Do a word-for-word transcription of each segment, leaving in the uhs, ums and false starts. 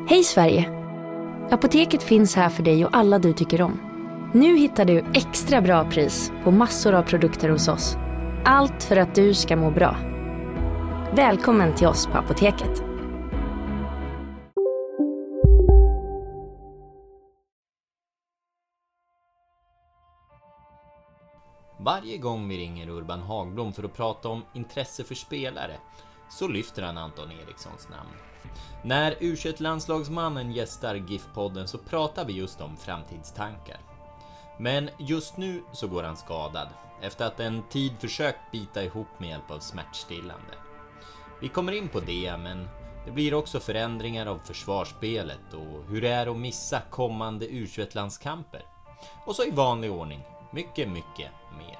Hej Sverige! Apoteket finns här för dig och alla du tycker om. Nu hittar du extra bra pris på massor av produkter hos oss. Allt för att du ska må bra. Välkommen till oss på Apoteket. Varje gång vi ringer Urban Hagblom för att prata om intresse för spelare så lyfter han Anton Erikssons namn. När U tjugoett-landslagsmannen gästar GIF-podden så pratar vi just om framtidstankar. Men just nu så går han skadad efter att en tid försökt bita ihop med hjälp av smärtstillande. Vi kommer in på det, men det blir också förändringar av försvarsspelet och hur det är att missa kommande U tjugoett-landskamper. Och så i vanlig ordning, mycket, mycket mer.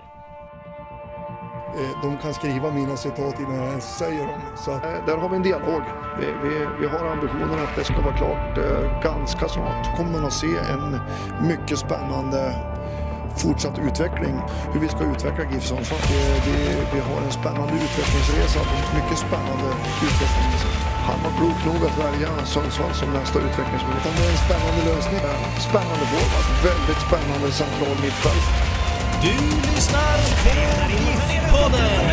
De kan skriva mina citat innan jag ens säger dem. Så att... Där har vi en dialog. Vi, vi, vi har ambitionen att det ska vara klart eh, ganska snart. Kommer man att se en mycket spännande fortsatt utveckling. Hur vi ska utveckla GIF Sundsvall. Vi, vi har en spännande utvecklingsresa. Mycket spännande utvecklingsresa. Han var klok nog att välja Sundsvall som nästa utvecklingsmöjlighet. Det är en spännande lösning. Spännande forward. Väldigt spännande central mittfält. Du lyssnar på GIF-podden.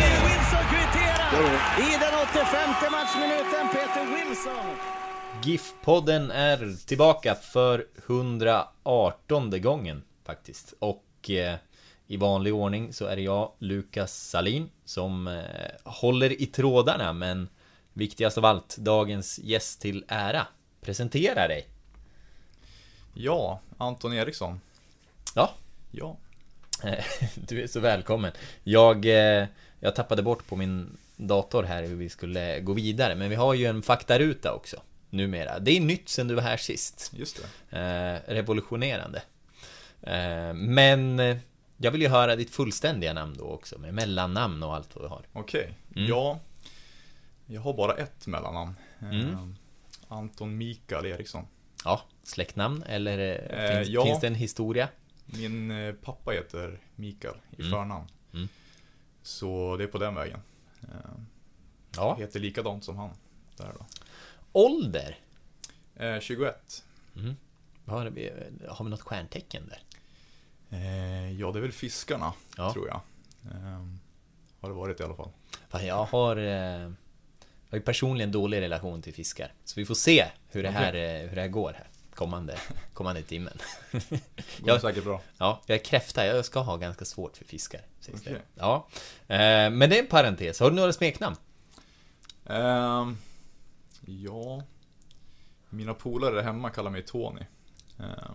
I den åttiofemte matchminuten, Peter Wilson. GIF-podden är tillbaka för hundraartonde gången faktiskt. Och eh, i vanlig ordning så är det jag, Lukas Salin, som eh, håller i trådarna. Men viktigast av allt, dagens gäst till ära. Presentera dig. Ja, Anton Eriksson. Ja. Ja. Du är så välkommen. Jag, eh, jag tappade bort på min dator här hur vi skulle gå vidare. Men vi har ju en faktaruta också numera. Det är nytt sen du var här sist. Just det. Eh, revolutionerande. Eh, men eh, jag vill ju höra ditt fullständiga namn då också. Med mellannamn och allt vad du har. Okej, okay. mm. Ja. Jag har bara ett mellannamn. Mm. Eh, Anton Mikael Eriksson. Ja, släktnamn eller eh, finns, ja. finns det en historia? Min eh, pappa heter Mikael i mm. förnamn. Mm. Så det är på den vägen. Eh, ja. Heter likadant som han. Där då. Ålder? Eh, tjugoett. Mm. Har, vi, har vi något stjärntecken där? Eh, ja, det är väl fiskarna, ja. tror jag. Eh, har det varit i alla fall. Fan, jag har... Eh... Jag har ju personligen dålig relation till fiskar. Så vi får se hur det här, okay. hur det här går här kommande, kommande timmen. Det går jag, säkert bra. Ja, jag är kräfta. Jag ska ha ganska svårt för fiskar. Okay. Ja. Eh, men det är en parentes. Har du några smeknamn? Eh, ja. Mina polare hemma kallar mig Tony. Eh,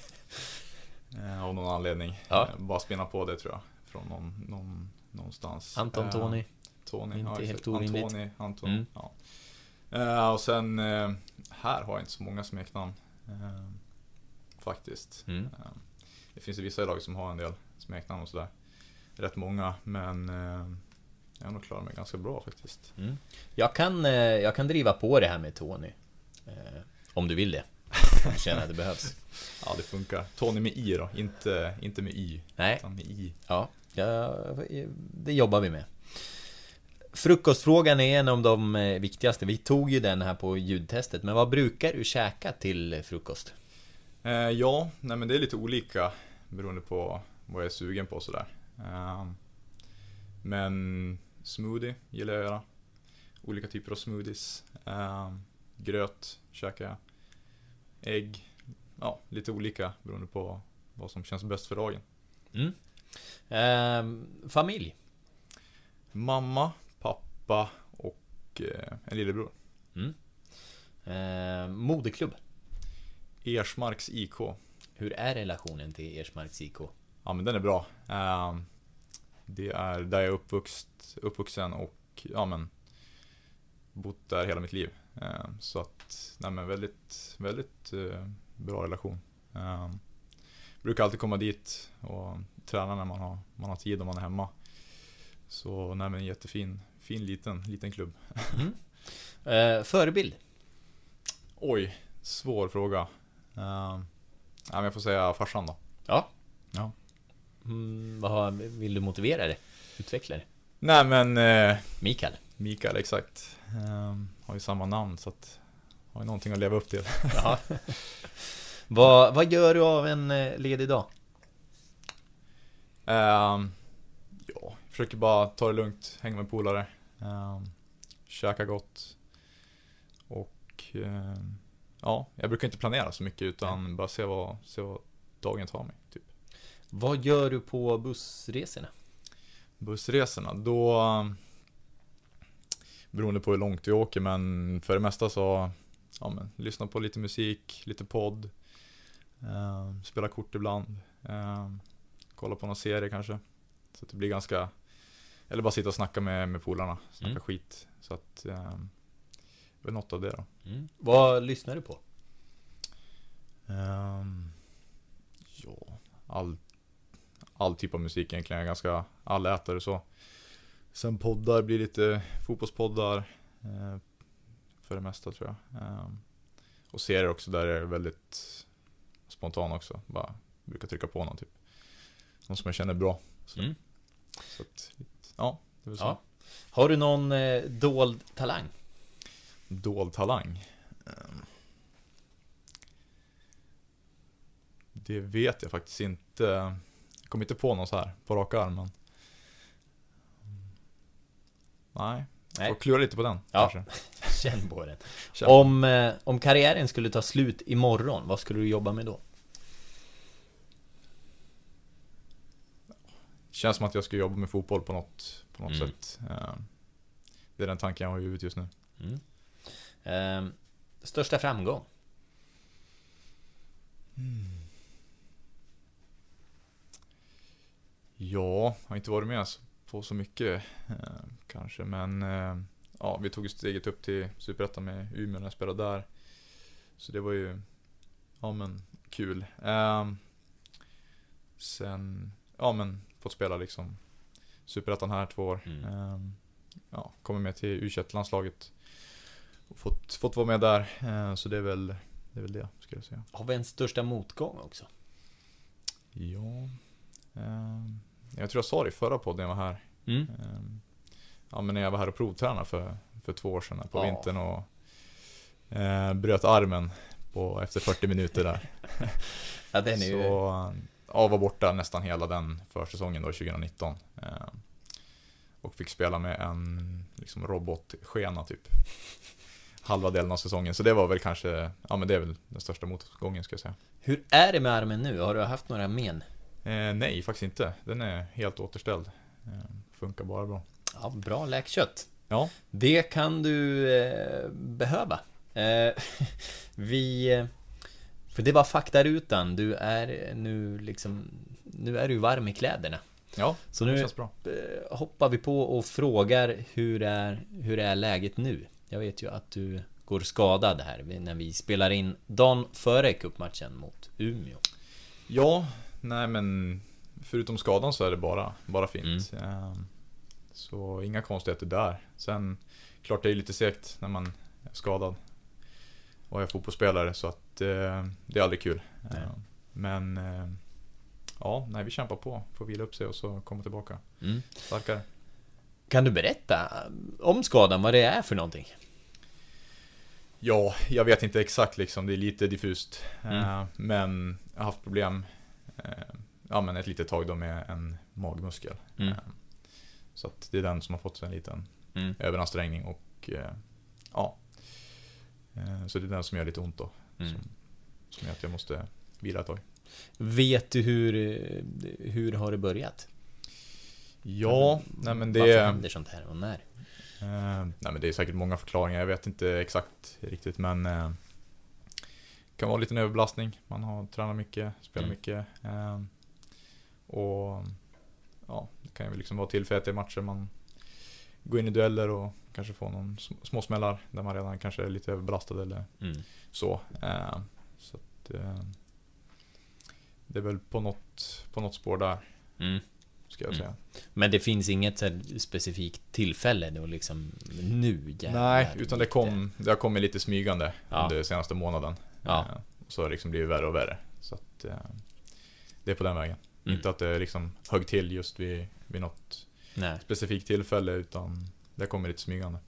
av någon anledning. Ja. Eh, bara spinna på det tror jag. Från någon, någon, någonstans. Anton Tony. Eh, Tony, inte ja, helt orimligt. Antoni, Anton, mm. ja. Uh, och sen uh, här har jag inte så många smeknamn uh, faktiskt. Mm. Uh, det finns ju vissa i laget som har en del smeknamn och sådär. Rätt många, men uh, jag har nog klarat mig ganska bra faktiskt. Mm. Jag kan uh, jag kan driva på det här med Tony. Uh, om du vill det. Om du känner att det behövs. Ja, det funkar. Tony med i då, inte inte med y. Nej. Utan med i. Ja, ja, det jobbar vi med. Frukostfrågan är en av de viktigaste. Vi tog ju den här på ljudtestet. Men vad brukar du käka till frukost? Eh, ja, nej men det är lite olika beroende på vad jag är sugen på sådär. Eh, men smoothie gillar jag att göra. Olika typer av smoothies. Eh, gröt käkar jag. Ägg. Ja, lite olika beroende på vad som känns bäst för dagen. Mm. Eh, familj? Mamma, pappa och eh, en lillebror. Mm. Eh, modeklubb? Ersmarks I K. Hur är relationen till Ersmarks I K? Ja, men den är bra. Eh, det är där jag är uppvuxt, uppvuxen och ja, men, bott där hela mitt liv. Eh, så att, nej, men väldigt, väldigt eh, bra relation. Eh, brukar alltid komma dit och träna när man har, man har tid och man är hemma. Så nej, men en jättefin fin liten, liten klubb. Mm. Eh, förebild? Oj, svår fråga. Uh, ja, men jag får säga farsan då. Ja. Ja. Mm, vad har, vill du motivera det? Utveckla det? Nej, men... Uh, Mikael. Mikael, exakt. Uh, har ju samma namn så att... har någonting att leva upp till. Ja. vad, vad gör du av en eh, ledig dag? Um, ja, försöker bara ta det lugnt, hänga med polare, um, käka gott. Och um, ja, jag brukar inte planera så mycket utan mm. bara se vad, se vad dagen tar mig typ. Vad gör du på bussresorna? Bussresorna, då um, beroende på hur långt vi åker, men för det mesta så ja, men, lyssna på lite musik, lite podd, um, spela kort ibland, um, kolla på någon serie kanske. Så att det blir ganska, eller bara sitta och snacka med, med polarna, snacka mm. skit. Så att um, väl något av det då. Mm. Vad lyssnar du på? Um, ja, all, all typ av musik egentligen. Jag är ganska allätare så. Sen poddar blir lite fotbollspoddar eh, för det mesta tror jag. Um, och serier också där jag är väldigt spontan också. Bara brukar trycka på någon typ. Någon som jag känner bra. Så, mm. så att, ja, det är väl så. Ja. Har du någon eh, dold talang? Dold talang? Um, det vet jag faktiskt inte. Jag kommer inte på någon så här på raka arm, men nej, Nej. får klura lite på den. Ja, kanske. Känn på den. Känn. Om, eh, om karriären skulle ta slut imorgon, vad skulle du jobba med då? Känns som att jag ska jobba med fotboll på något, på något mm. sätt. Det är den tanken jag har i huvudet just nu. Mm. Eh, största framgång? Mm. Ja, har inte varit med på så mycket eh, kanske, men eh, ja, vi tog steget upp till Superettan med Umeå när jag spelade där. Så det var ju ja men kul. Eh, sen ja men fått spela liksom Superettan här två år. Mm. Eh, ja, kommer med till U tjugoett-landslaget och fått fått vara med där. Eh, så det är väl det är väl det skulle jag säga. Har vi en största motgång också? Ja. Eh, jag tror jag sa det i förra podden jag var här. Mm. Eh, ja, men när jag var här och provtränade för, för två år sedan på ja. vintern och eh, bröt armen på, efter fyrtio minuter där. Ja, den är så ju... ja, var borta nästan hela den försäsongen då tjugonitton. Eh, och fick spela med en liksom robotskena typ. Halva delen av säsongen. Så det var väl kanske, ja men det är väl den största motgången ska jag säga. Hur är det med armen nu? Har du haft några men? Eh, nej, faktiskt inte. Den är helt återställd. Eh, funkar bara bra. Ja, bra läkkött. Ja. Det kan du eh, behöva. Eh, vi... För det var faktarutan. Du är nu liksom... Nu är du varm i kläderna. Ja, så det nu känns bra. Hoppar vi på och frågar hur är, hur är läget nu? Jag vet ju att du går skadad här när vi spelar in dagen före cupmatchen mot Umeå. Ja, nej men förutom skadan så är det bara, bara fint. Mm. Så inga konstigheter där. Sen, klart det är lite segt när man är skadad och är fotbollsspelare så att eh, det är aldrig kul. Nej. Men eh, ja, nej, vi kämpar på, får vila upp sig och så komma tillbaka mm. starkare. Kan du berätta om skadan, vad det är för någonting? Ja, jag vet inte exakt liksom, det är lite diffust. Mm. Eh, men jag har haft problem eh, ja, men ett litet tag då med en magmuskel. Mm. Eh, så att det är den som har fått en liten mm. överansträngning och eh, ja. Eh, så det är den som gör lite ont då. Mm. Som, som gör att jag måste vila ett tag. Vet du hur, hur har det börjat? Ja, nej men det... Varför händer sånt här och när? Eh, nej men det är säkert många förklaringar, jag vet inte exakt riktigt, men eh, kan vara lite en överbelastning. Man har tränat mycket, spelat mm. mycket. Eh, och ja, det kan ju liksom vara tillfället i matcher man går in i dueller och kanske får någon småsmällar där man redan kanske är lite överbelastad eller mm. så. Eh, så att, eh, det är väl på något, på något spår där. Mm. Ska jag säga. Mm. Men det finns inget så specifikt tillfälle då liksom nu? Nej, utan det, kom, det har kommit lite smygande ja. under senaste månaden. Ja. Eh, så har det liksom blivit värre och värre. Så att eh, det är på den vägen. Mm. Inte att det liksom högg till just vid, vid något Nej. specifikt tillfälle, utan det kommer lite smygande. Mm.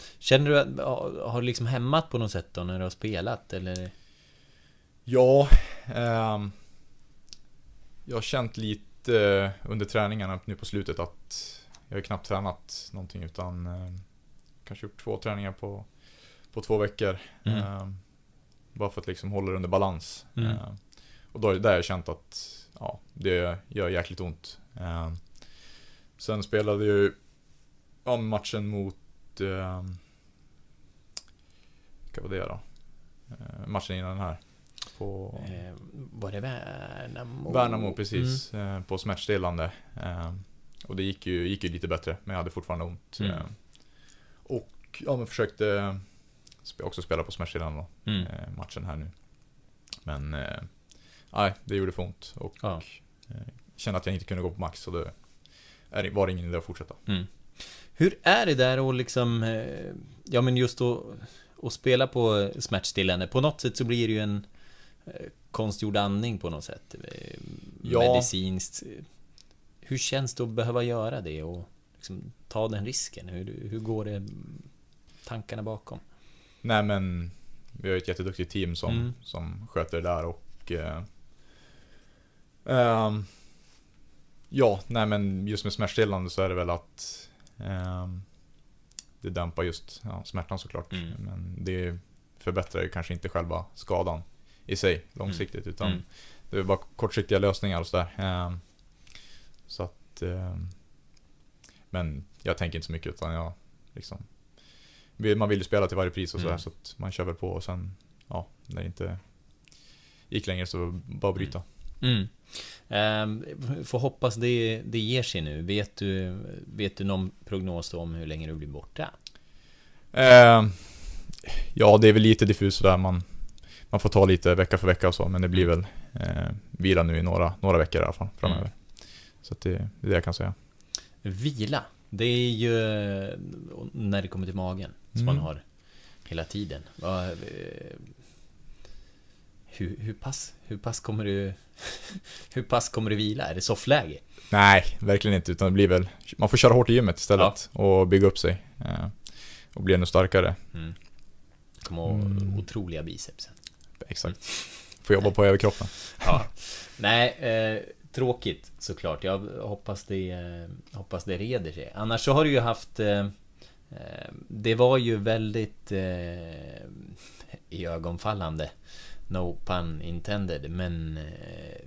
Känner du att har du liksom hämmat på något sätt då när du har spelat eller? Ja, eh, jag har känt lite under träningarna nu på slutet att jag har knappt tränat någonting utan eh, kanske gjort två träningar på, på två veckor. Mm. Eh, bara för att liksom hålla det under balans. Mm. Eh, och då är det där jag känt att ja, det gör jäkligt ont. Eh, sen spelade jag ju ja, matchen mot eh, vad var det då? Eh, matchen innan den här. På eh, var det Värnamo? Värnamo, precis. Mm. Eh, på smärtstillande. Eh, och det gick ju, gick ju lite bättre, men jag hade fortfarande ont. Mm. Eh, och ja, men försökte också spela på smärtstillande då, mm. eh, matchen här nu. Men eh, nej, det gjorde för ont. Och ja. eh, kände att jag inte kunde gå på max, så det är, var ingen idé att fortsätta. Mm. Hur är det där och liksom eh, ja men just att och spela på smärtstillande? På något sätt så blir det ju en eh, konstgjord andning på något sätt. Eh, ja. Medicinskt. Hur känns det att behöva göra det och liksom ta den risken? Hur, hur går det tankarna bakom? Nej men vi har ett jätteduktigt team som, mm. som sköter det där och eh, eh, ja, nej men just med smärtstillande så är det väl att eh, det dämpar just ja, smärtan såklart. Mm. Men det förbättrar ju kanske inte själva skadan i sig långsiktigt. Mm. Utan mm. det är bara kortsiktiga lösningar och sådär. Eh, så att eh, men jag tänker inte så mycket utan jag liksom man vill ju spela till varje pris och sådär mm. så att man kör väl på och sen ja, när det inte gick längre så bara bryta. Mm. Um, får hoppas det, det ger sig nu. Vet du, vet du någon prognos om hur länge du blir borta? Uh, ja, det är väl lite diffus där man, man får ta lite vecka för vecka och så, men det blir väl uh, vila nu i några, några veckor i alla fall framöver. Mm. Så att det, det är det jag kan säga. Vila, det är ju när det kommer till magen som mm. man har hela tiden. Uh, Hur, hur, pass, hur pass kommer du hur pass kommer du vila? Är det soffläge? Nej, verkligen inte, utan det blir väl man får köra hårt i gymmet istället ja. och bygga upp sig eh, och bli ännu starkare. Mm. Kommer mm. otroliga bicepsen. Exakt. Får jobba på överkroppen. Ja. Nej, eh, tråkigt såklart. Jag hoppas det eh, hoppas det reder sig. Annars så har du ju haft eh, det var ju väldigt eh, iögonfallande. No pun intended, men eh,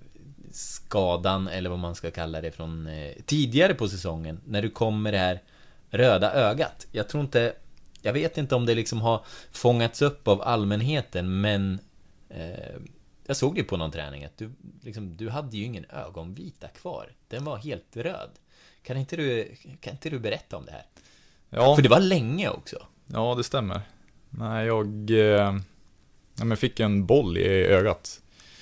skadan eller vad man ska kalla det från eh, tidigare på säsongen när du kom med det här röda ögat. Jag tror inte, jag vet inte om det liksom har fångats upp av allmänheten, men eh, jag såg det på någon träning att du, liksom, du hade ju ingen ögonvita kvar. Den var helt röd. Kan inte du, kan inte du berätta om det här? Ja. För det var länge också. Ja, det stämmer. Nej, jag... Eh... Ja, men fick en boll i ögat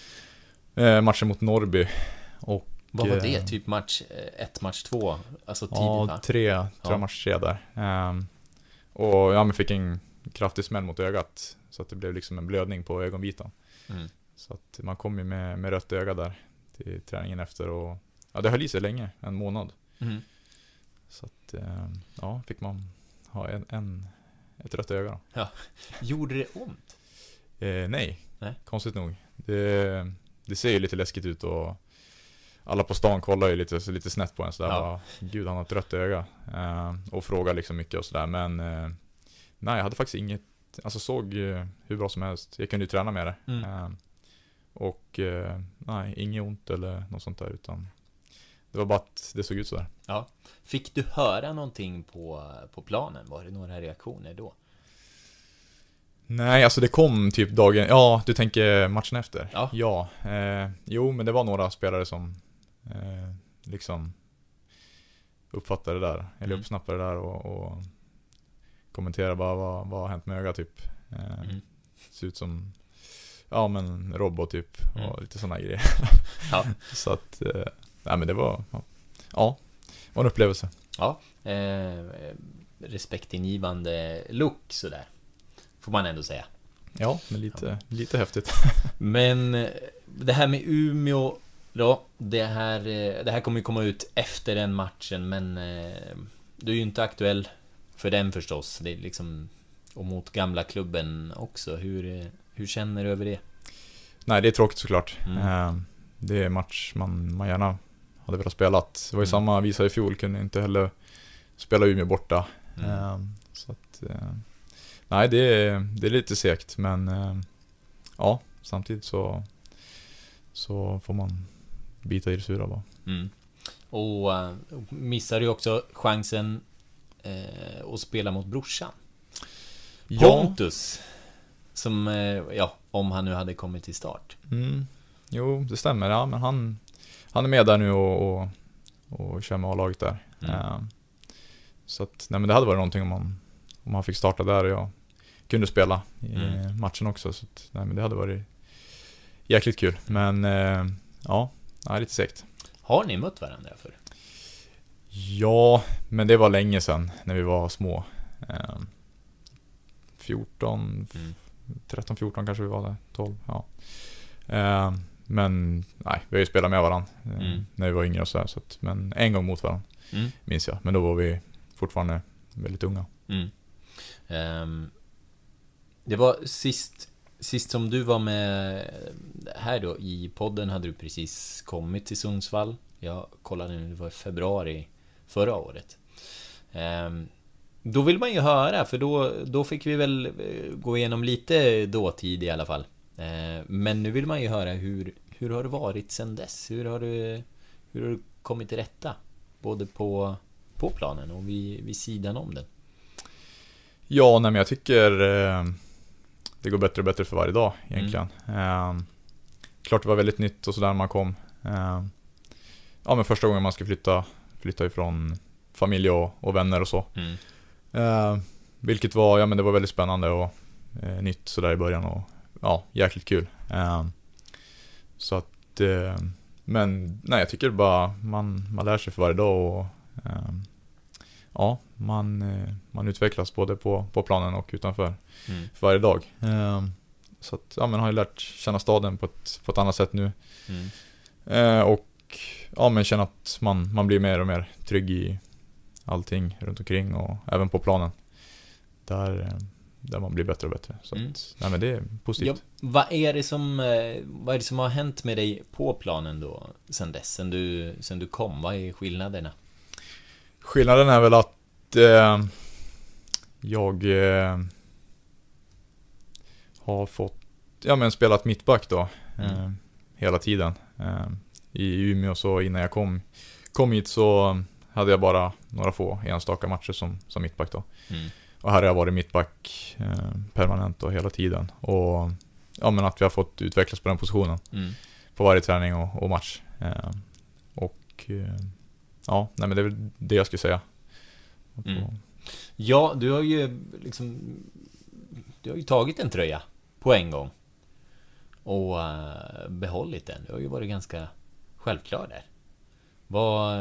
eh, matchen mot Norrby och, vad var det? Typ match ett, match två? Alltså tidigt, ja, va? tre, tror jag, match tre där eh, och ja, men fick en kraftig smäll mot ögat så att det blev liksom en blödning på ögonvitan. Mm. Så att man kom ju med, med rött öga där till träningen efter och ja, det höll i sig länge, en månad. Mm. Så att eh, ja, fick man ha en, en, ett rött öga då. Ja. Gjorde det ont? Eh, nej. nej, konstigt nog. Det, det ser ju lite läskigt ut och alla på stan kollar ju lite, lite snett på en sådär. Ja. Gud, han har ett rött öga. Eh, och frågar liksom mycket och sådär. Men eh, nej, jag hade faktiskt inget, alltså såg eh, hur bra som helst. Jag kunde ju träna med det. Mm. Eh, och eh, nej, inget ont eller något sånt där, utan det var bara att det såg ut sådär. Ja. Fick du höra någonting på, på planen? Var det några reaktioner då? Nej, alltså det kom typ dagen... Ja, du tänker matchen efter? Ja. ja eh, jo, men det var några spelare som eh, liksom uppfattade det där. Eller mm. uppsnappade det där och, och kommenterade bara vad, vad har hänt med ögat typ. Eh, mm. Ser ut som... Ja, men robot typ. Mm. Och lite sådana grejer. Ja. Så att... Eh, nej, men det var... Ja, det var en upplevelse. Ja, eh, respektingivande look sådär. Får man ändå säga. Ja, men lite, ja. lite häftigt. Men det här med Umeå då, det här, det här kommer ju komma ut efter den matchen, men du är ju inte aktuell för den förstås. Det är liksom, och mot gamla klubben också. Hur, hur känner du över det? Nej, det är tråkigt såklart. Mm. Det är match man, man gärna hade velat spela. Det var ju Mm. samma visa i fjol, kunde inte heller spela Umeå borta. Mm. Så att, nej, det är, det är lite segt, men ja, samtidigt så, så får man bita i det sura bara. Mm. Och uh, missar du också chansen uh, att spela mot brorsan Ja. Pontus, som, uh, ja, om han nu hade kommit till start. Mm. Jo, det stämmer. Ja, men han, han är med där nu och, och, och kör med A-laget där. Mm. Uh, så att, nej, men det hade varit någonting om han, om han fick starta där och jag kunde spela i Mm. matchen också. Så att, nej, men det hade varit jäkligt kul. Men uh, ja, nej, lite segt. Har ni mött varandra för? Ja, men det var länge sedan när vi var små. Uh, fjorton, Mm. tretton fjorton kanske vi var där, tolv, ja. Uh, men nej, vi har ju spelat med varandra uh, Mm. när vi var yngre och så här, så att, men en gång mot varandra Mm. minns jag, men då var vi fortfarande väldigt unga. Mm. Um, det var sist Sist som du var med här då i podden hade du precis kommit till Sundsvall. Jag kollade nu, det var i februari förra året. um, Då vill man ju höra, för då, då fick vi väl gå igenom lite dåtid i alla fall. uh, Men nu vill man ju höra hur, hur har det varit sedan dess? Hur har du, hur har du kommit till rätta? Både på, på planen och vid, vid sidan om den. Ja, nej, men jag tycker eh, det går bättre och bättre för varje dag egentligen. Mm. Eh, klart det var väldigt nytt och sådär när man kom. Eh, ja, men första gången man ska flytta flytta ifrån familj och, och vänner och så. Mm. Eh, vilket var, ja men det var väldigt spännande och eh, nytt sådär i början och ja, jäkligt kul. Eh, så att eh, men nej, jag tycker bara man, man lär sig för varje dag och eh, ja, man, eh, man utvecklas både på, på planen och utanför Mm. för varje dag. Eh, så att ja, man har ju lärt känna staden på ett, på ett annat sätt nu. Mm. Eh, och ja, men känna att man, man blir mer och mer trygg i allting runt omkring och även på planen. Där, där man blir bättre och bättre. Så Mm. att, nej, men det är positivt. Ja, vad är det som eh, vad är det som har hänt med dig på planen då sen dess, sen du, sen du kom? Vad är skillnaderna? Skillnaden är väl att eh, jag eh, har fått ja, men spelat mittback då eh, Mm. hela tiden. Eh, I Umeå så innan jag kom, kom hit så hade jag bara några få enstaka matcher som, som mittback då. Mm. Och här har jag varit mittback eh, permanent och hela tiden. Och ja, men att vi har fått utvecklas på den positionen Mm. på varje träning och, och match. Eh, och eh, ja, nej, men det är väl det jag skulle säga. Man får- Mm. Ja, du har ju liksom du har ju tagit en tröja på en gång och uh, behållit den. Du har ju varit ganska självklar där. Vad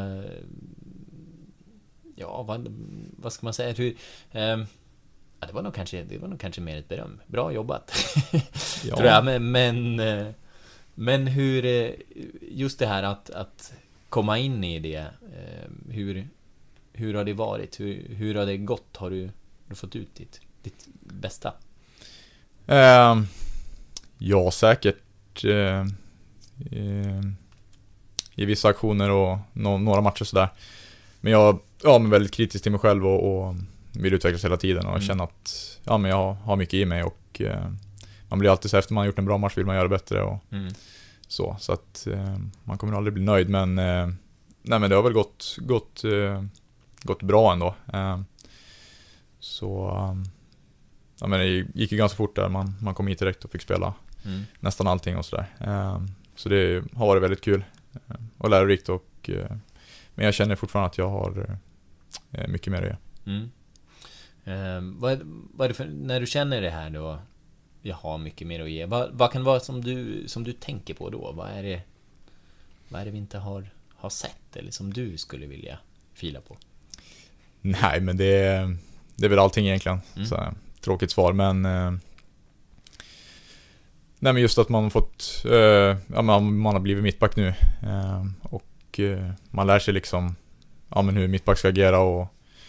ja, vad, vad ska man säga? Hur, um, ja, det var nog kanske det var nog kanske mer ett beröm. Bra jobbat. Ja. Tror jag, men men, eh, men hur eh, just det här att att komma in i det, eh, hur hur har det varit? Hur hur har det gått? Har du, du fått ut ditt ditt bästa? Eh, ja, säkert eh, eh, i vissa aktioner och no- några matcher sådär. Men jag ja, men väldigt kritisk till mig själv och, och vill utvecklas hela tiden och Mm. känna att ja, men jag har mycket i mig och eh, man blir alltid så efter man har gjort en bra match vill man göra bättre och Mm. så, så att eh, man kommer aldrig bli nöjd, men eh, nej, men det har väl gått gått, eh, gått bra ändå. Eh, så eh, ja, men det gick ju ganska fort där, man, man kom hit direkt och fick spela Mm. nästan allting och sådär. Eh, så det har varit väldigt kul eh, och lärorikt och eh, men jag känner fortfarande att jag har eh, mycket mer att ge. Mm. Eh, vad, är- vad är det för, när du känner det här då, jag har mycket mer att ge, vad, vad kan det vara som du, som du tänker på då? Vad är det vad är det vi inte har, har sett eller som du skulle vilja fila på? Nej, men det är, det är väl allting egentligen. Mm. Så här, tråkigt svar, men eh, nej, men just att man har fått eh, ja, man, man har blivit mittback nu eh, och eh, man lär sig liksom ja, men hur mittback ska agera och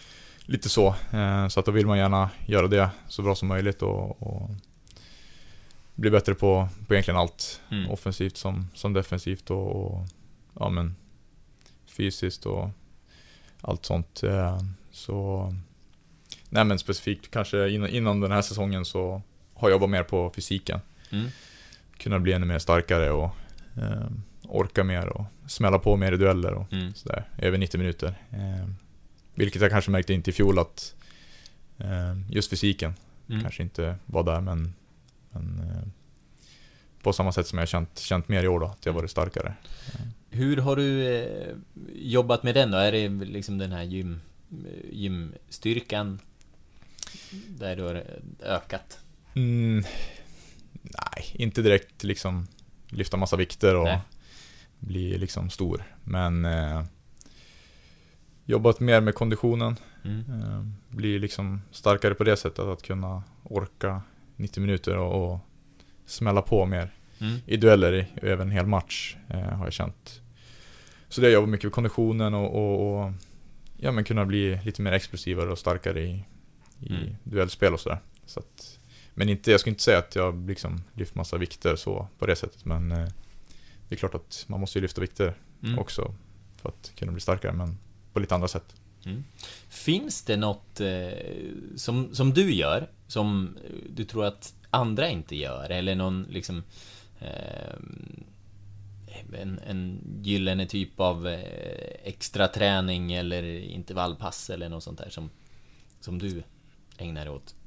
lite så. Eh, så att då vill man gärna göra det så bra som möjligt och, och bli bättre på, på egentligen allt. Mm. Offensivt som, som defensivt och, och ja, men fysiskt och allt sånt. Eh, så nej, men specifikt kanske innan, innan den här säsongen så har jag jobbat mer på fysiken. Mm. Kunna bli ännu mer starkare och eh, orka mer och smälla på mer i dueller och mm. sådär, över nittio minuter. Eh, vilket jag kanske märkte inte i fjol att eh, just fysiken mm. kanske inte var där, men, men eh, på samma sätt som jag känt, känt mer i år då, att jag varit starkare. Eh. Hur har du eh, jobbat med den då? Är det liksom den här gym, gymstyrkan där du har ökat? Mm, nej, inte direkt liksom lyfta massa vikter och nej. Bli liksom stor. Men eh, jobbat mer med konditionen. Mm. Eh, bli liksom starkare på det sättet, att kunna orka nittio minuter och, och smälla på mer mm. i dueller i, över en hel match eh, har jag känt. Så det jobbar mycket med konditionen och, och, och ja, men kunna bli lite mer explosivare och starkare i, i mm. duellspel och sådär. Så att, men inte, jag skulle inte säga att jag liksom lyft massa vikter så på det sättet, men eh, det är klart att man måste ju lyfta vikter mm. också för att kunna bli starkare, men på lite andra sätt. Mm. Finns det något eh, som, som du gör som du tror att andra inte gör, eller någon liksom eh, en, en gyllene typ av eh, extra träning eller intervallpass eller något sånt där som, som du ägnar dig åt?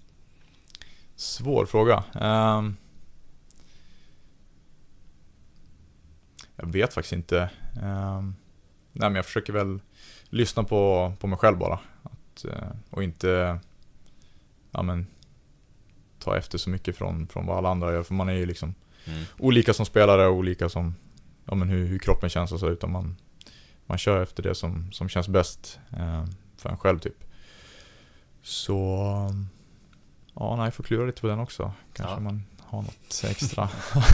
Svår fråga. Um, jag vet faktiskt inte. Um, nej, men jag försöker väl lyssna på, på mig själv bara. Att, uh, och inte ja, men, ta efter så mycket från, från vad alla andra gör. För man är ju liksom mm. olika som spelare och olika som ja, men hur, hur kroppen känns och så. Utan man, man kör efter det som, som känns bäst uh, för en själv typ. Så... Um, ja, nej, jag får klura lite på den också. Kanske ja. Man har något extra.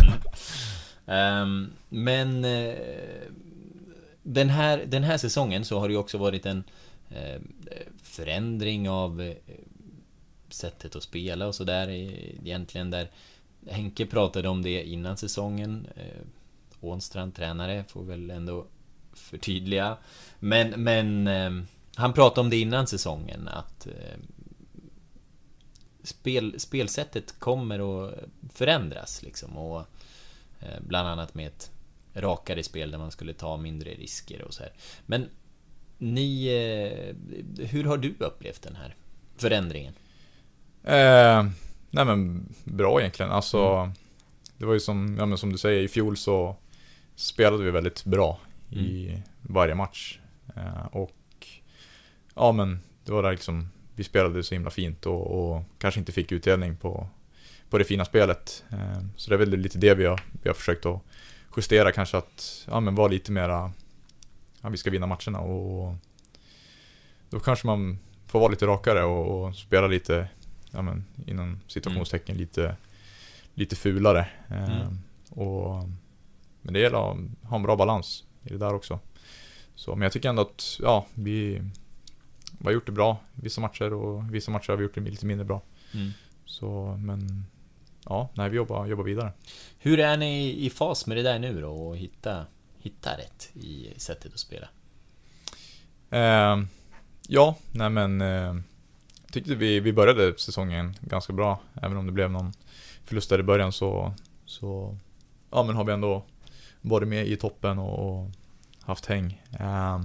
um, men uh, den, här, den här säsongen så har det ju också varit en uh, förändring av uh, sättet att spela och så där egentligen, där Henke pratade om det innan säsongen. uh, Ånstrand, tränare, får väl ändå förtydliga. Men, men uh, han pratade om det innan säsongen att uh, Spel, spelsättet kommer att förändras liksom, och eh, bland annat med ett rakare spel där man skulle ta mindre risker och så här. Men ni eh, hur har du upplevt den här förändringen? Eh, nej men bra egentligen. Alltså mm. det var ju som ja, men som du säger, i fjol så spelade vi väldigt bra mm. i varje match. Eh, och ja, men det var där liksom vi spelade så himla fint och, och kanske inte fick utdelning på, på det fina spelet. Eh, så det är väl lite det vi har, vi har försökt att justera, kanske att ja, men vara lite mera, ja, vi ska vinna matcherna, och då kanske man får vara lite rakare och, och spela lite ja, men, inom situationstecken mm. lite, lite fulare. Eh, mm. och, men det gäller att ha en bra balans i det där också. Så, men jag tycker ändå att ja, vi Vi har gjort det bra vissa matcher, och vissa matcher har vi gjort det lite mindre bra. Mm. Så, men ja, nej, vi jobbar, jobbar vidare. Hur är ni i fas med det där nu då, och hitta, hitta rätt i sättet att spela? Eh, ja, nej men eh, tyckte vi, vi började säsongen ganska bra. Även om det blev någon förlust där i början, så, så ja, men har vi ändå varit med i toppen och, och haft häng. Eh,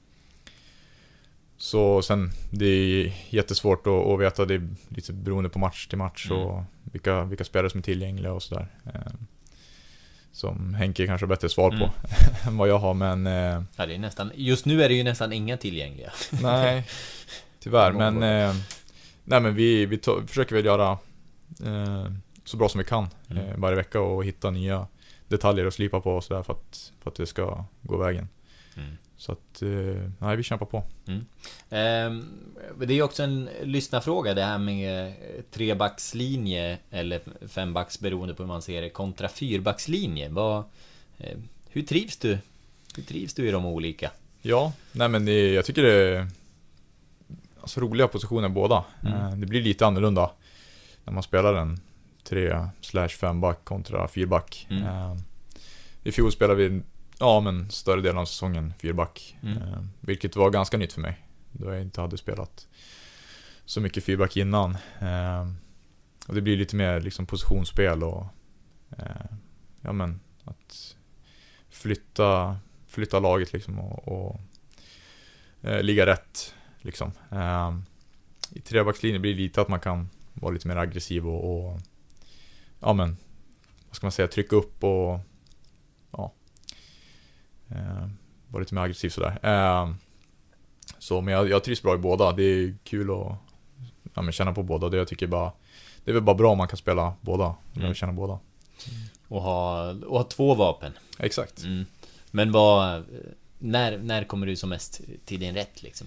Så sen, det är jättesvårt att, att veta, det är lite beroende på match till match mm. och vilka, vilka spelare som är tillgängliga och sådär. Eh, som Henke kanske har bättre svar på mm. än vad jag har, men... Eh, ja, det är nästan, just nu är det ju nästan inga tillgängliga. Nej, tyvärr, men... Eh, nej, men vi, vi to- försöker väl göra eh, så bra som vi kan mm. eh, varje vecka, och hitta nya detaljer att slipa på och sådär för att, för att det ska gå vägen. Mm. Så att, eh, nej, vi kämpar på. Mm. Eh, det är också en lyssnarfråga, det här med trebackslinje eller fembacks, beroende på hur man ser det, kontra fyrbackslinje. Vad, eh, hur trivs du? Hur trivs du i de olika? Ja, nej men det, jag tycker det alltså, roliga positioner båda. Mm. Eh, det blir lite annorlunda när man spelar en tre slash fem back kontra fyra back. Mm. Eh, I fjol spelade vi ja, men större delen av säsongen fyra back. Mm. Eh, vilket var ganska nytt för mig. Då jag inte hade spelat så mycket fyra back innan. Eh, och det blir lite mer liksom positionsspel och eh, ja men att flytta flytta laget liksom och, och eh, ligga rätt liksom. Eh, I trebackslinjen blir det lite att man kan vara lite mer aggressiv och, och ja men vad ska man säga, trycka upp och ja eh, vara lite mer aggressiv sådär. Eh, så men jag, jag trivs bra i båda. Det är kul att ja, men känna på båda. Det jag tycker bara det är väl bara bra om man kan spela båda mm. och känna båda. Mm. Och ha och ha två vapen. Exakt. Mm. Men vad när när kommer du som mest till din rätt liksom?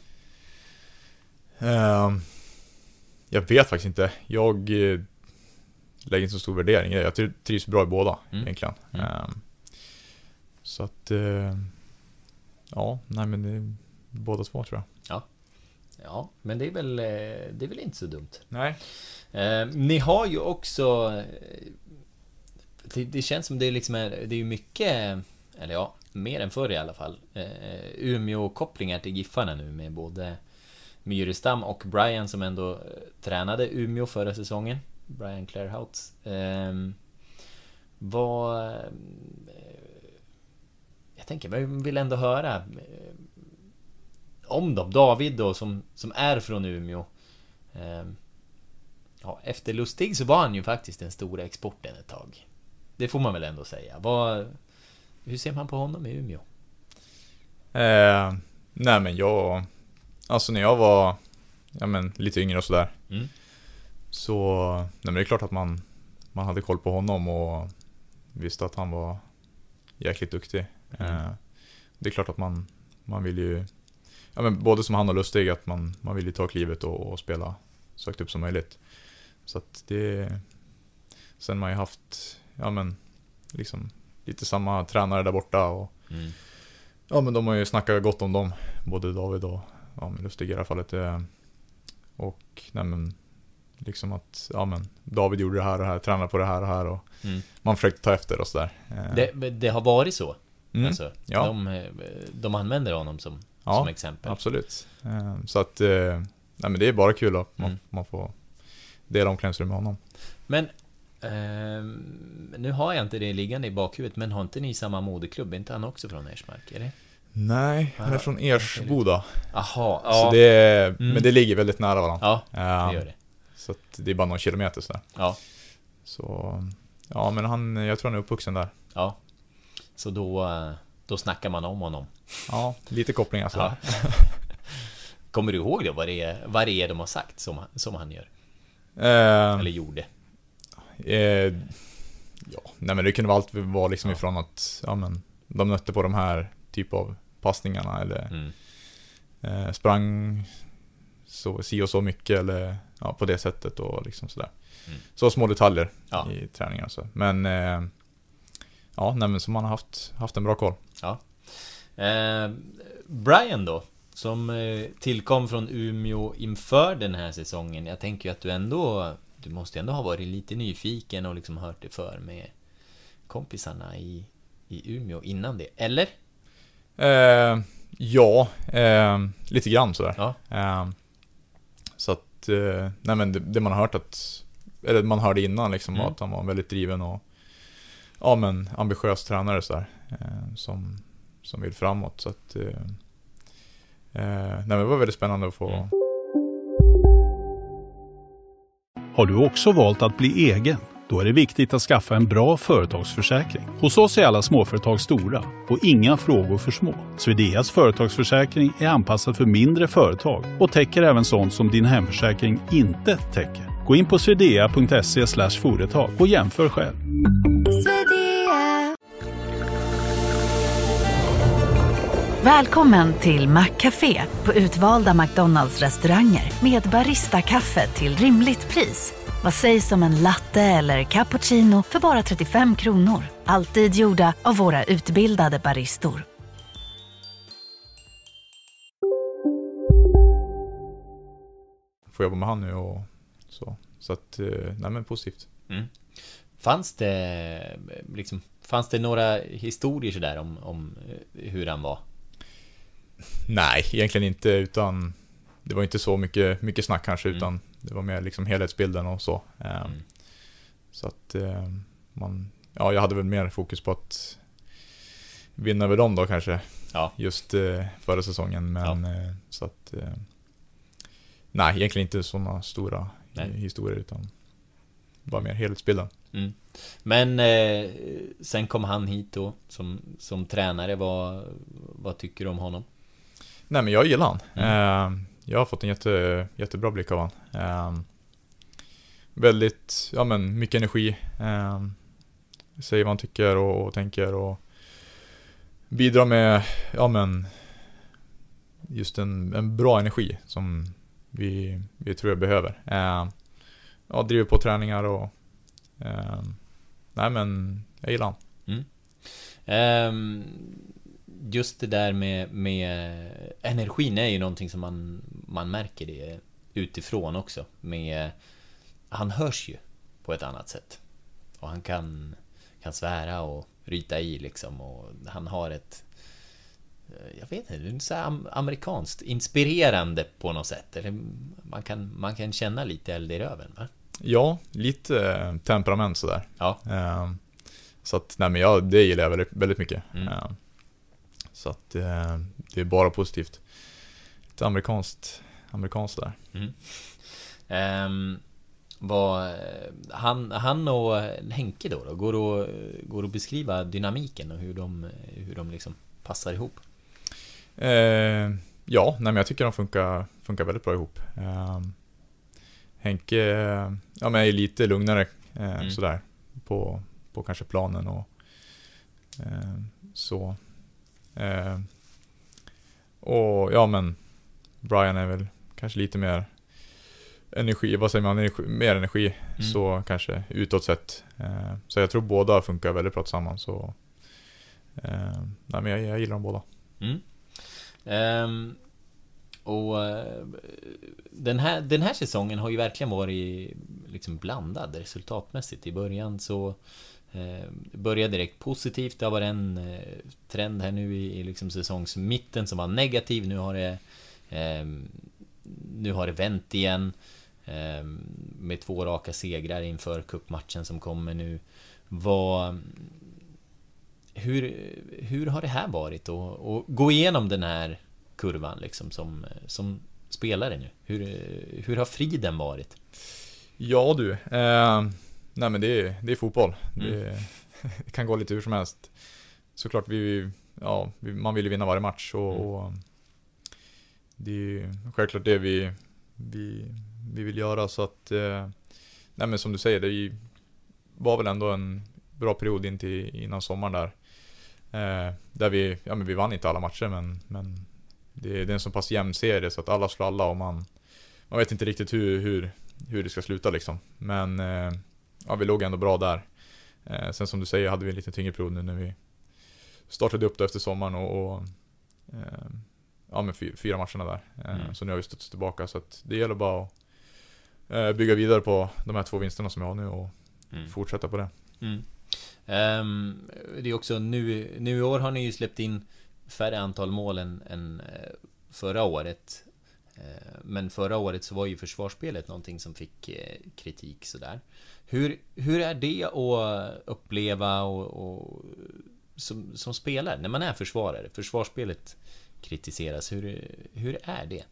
Uh, jag vet faktiskt inte. Jag uh, lägger inte så stor värdering i det. Jag trivs bra i båda mm. egentligen. Mm. Uh, så att uh, ja, nej men det är båda två tror jag. Ja. Ja, men det är väl det är väl inte så dumt. Nej. Uh, ni har ju också det, det känns som det är liksom är, det är ju mycket eller ja, mer än förr i alla fall. Uh, Umeå-kopplingar till Giffarna nu med både Myrestam och Brian som ändå uh, tränade Umeå förra säsongen. Brian Clairhout. Uh, vad uh, jag tänker, jag vill ändå höra uh, om dem. David då som, som är från Umeå. Uh, ja, efter Lustig så var han ju faktiskt den stora exporten ett tag. Det får man väl ändå säga. Vad, hur ser man på honom i Umeå? Eh, nej men jag alltså när jag var ja men lite yngre och sådär mm. så nej men det är klart att man man hade koll på honom och visste att han var jäkligt duktig. Mm. Eh, det är klart att man man vill ju ja men både som han och Lustig att man man vill ju ta klivet och, och spela så högt upp som möjligt. Så att det sen man ju haft ja men liksom lite samma tränare där borta och mm. ja men de har ju snackat gott om dem både David och ja men Lustig i alla fallet eh, och nej men liksom att ja men David gjorde det här och det här, tränade på det här och här och mm. man försökte ta efter och sådär. Eh. Det, det har varit så. Mm. Alltså, ja. de, de använder honom som, ja, som exempel. Absolut. Eh, så att eh, nej men det är bara kul att man, mm. man får dela omklädningsrum med honom. Men Uh, nu har jag inte det liggande i bakhuvudet, men har inte ni samma modeklubb? Är inte han också från Ersmark, är det? Nej, han är från Ersboda. Aha, ja. Så det är, mm. Men det ligger väldigt nära varandra. Ja, det gör det. Så att det är bara någon kilometer så där. Ja. Så ja, men han, jag tror han är uppvuxen där. Ja. Så då då snackar man om honom. Ja, lite koppling alltså. Ja. Kommer du ihåg då vad det är, vad det är de har sagt som som han gör? Uh, Eller gjorde? Eh, ja, nej men det kunde vara allt vara liksom ja. ifrån att ja men de nötte på de här typ av passningarna eller mm. eh, sprang så si och så mycket eller ja på det sättet och liksom sådär. Mm. Så små detaljer ja. i träningen så. Men eh, ja, nej men som man har haft haft en bra koll. Ja. Eh, Brian då som eh, tillkom från Umeå inför den här säsongen. Jag tänker ju att du ändå Du måste ändå ha varit lite nyfiken och liksom hört det för med kompisarna i, i Umeå innan det, eller? Eh, ja, eh, lite grann sådär. Ja. Eh, så att, eh, nej men det, det man har hört att, eller man hörde innan liksom mm. att han var väldigt driven och ja men ambitiös tränare sådär, eh, som, som vill framåt. Så att, eh, eh, nej men det var väldigt spännande att få mm. Har du också valt att bli egen? Då är det viktigt att skaffa en bra företagsförsäkring. Hos oss är alla småföretag stora och inga frågor för små. Swedeas företagsförsäkring är anpassad för mindre företag och täcker även sånt som din hemförsäkring inte täcker. Gå in på swedea punkt se slash företag och jämför själv. Välkommen till Maccafé på utvalda McDonalds restauranger med barista-kaffe till rimligt pris. Vad sägs om en latte eller cappuccino för bara trettiofem kronor? Alltid gjorda av våra utbildade baristor. . få jobba med han nu och så. Så att, nej men positivt. Mm. Fanns det liksom, fanns det några historier så där om, om hur han var? Nej, egentligen inte, utan det var inte så mycket, mycket snack kanske, mm. utan det var mer liksom helhetsbilden och så. Mm. Så att man, ja, jag hade väl mer fokus på att vinna över dem då kanske, ja. Just förra säsongen, men ja. Så att nej, egentligen inte sådana stora nej. historier, utan bara mer helhetsbilden. Mm. Men eh, sen kom han hit då som, som tränare. Vad, vad tycker du om honom? Nej, men jag gillar han. Mm. Eh, jag har fått en jätte, jättebra blick av han. Eh, väldigt, ja men mycket energi. Eh, säger vad han tycker och, och tänker och bidrar med, ja men just en, en bra energi som vi, vi tror jag behöver. Eh, ja, driver på träningar och eh, nej men jag gillar han. Mm. Um, just det där med, med energin är ju någonting som man, man märker det utifrån också. Med, han hörs ju på ett annat sätt. Och han kan, kan svära och ryta i liksom. Och han har ett, jag vet inte, det är så amerikanskt inspirerande på något sätt. Eller man kan, man kan känna lite eld i röven, va? Ja, lite temperament sådär. Ja. Uh, så att, nej men jag, det gillar jag väldigt, väldigt mycket. Mm. Uh, så att uh, det är bara positivt. Lite amerikanskt, amerikanskt där. Mm. Um, vad, han, han och Henke då, då går det att, går det att beskriva dynamiken och hur de, hur de liksom passar ihop? Uh, ja, nej men jag tycker de funkar, funkar väldigt bra ihop. Uh, Henke, ja men är lite lugnare eh, mm. sådär på, på kanske planen och eh, så eh, och ja men Brian är väl kanske lite mer energi, vad säger man, energi, mer energi mm. så kanske utåt sett eh, så jag tror båda funkar väldigt bra tillsammans så eh, nej men jag, jag gillar dem båda. Mm. Um... Och den här, den här säsongen har ju verkligen varit liksom blandad resultatmässigt. I början så eh, började direkt positivt. Det har varit en eh, trend här nu i, i liksom säsongsmitten som var negativ. Nu har det eh, nu har det vänt igen eh, med två raka segrar inför cupmatchen som kommer nu. Vad, hur, hur har det här varit att, att gå igenom den här kurvan liksom som, som spelare nu? Hur, hur har friden varit? Ja du, eh, nej men det är, det är fotboll. Mm. Det, det kan gå lite hur som helst. Såklart vi, ja, vi, man vill ju vinna varje match och, mm. och det är självklart det vi, vi, vi vill göra så att eh, nej men som du säger, det var väl ändå en bra period in till, innan sommaren där. Eh, där vi, ja men vi vann inte alla matcher men, men det är en så pass jämn serie så att alla slår alla och man, man vet inte riktigt hur, hur, hur det ska sluta liksom. Men eh, ja, vi låg ändå bra där. Eh, sen som du säger hade vi en lite tyngre period nu när vi startade upp då efter sommaren och, och eh, ja men fyra, fyra matcherna där. Eh, mm. Så nu har vi stått tillbaka så att det gäller bara att eh, bygga vidare på de här två vinsterna som jag har nu och mm. fortsätta på det. Mm. Um, det är också nu, nu i år har ni ju släppt in färre antal mål än, än förra året. Men förra året så var ju försvarsspelet någonting som fick kritik sådär. Hur, hur är det att uppleva och, och som, som spelare när man är försvarare? Försvarsspelet kritiseras. Hur, hur är det?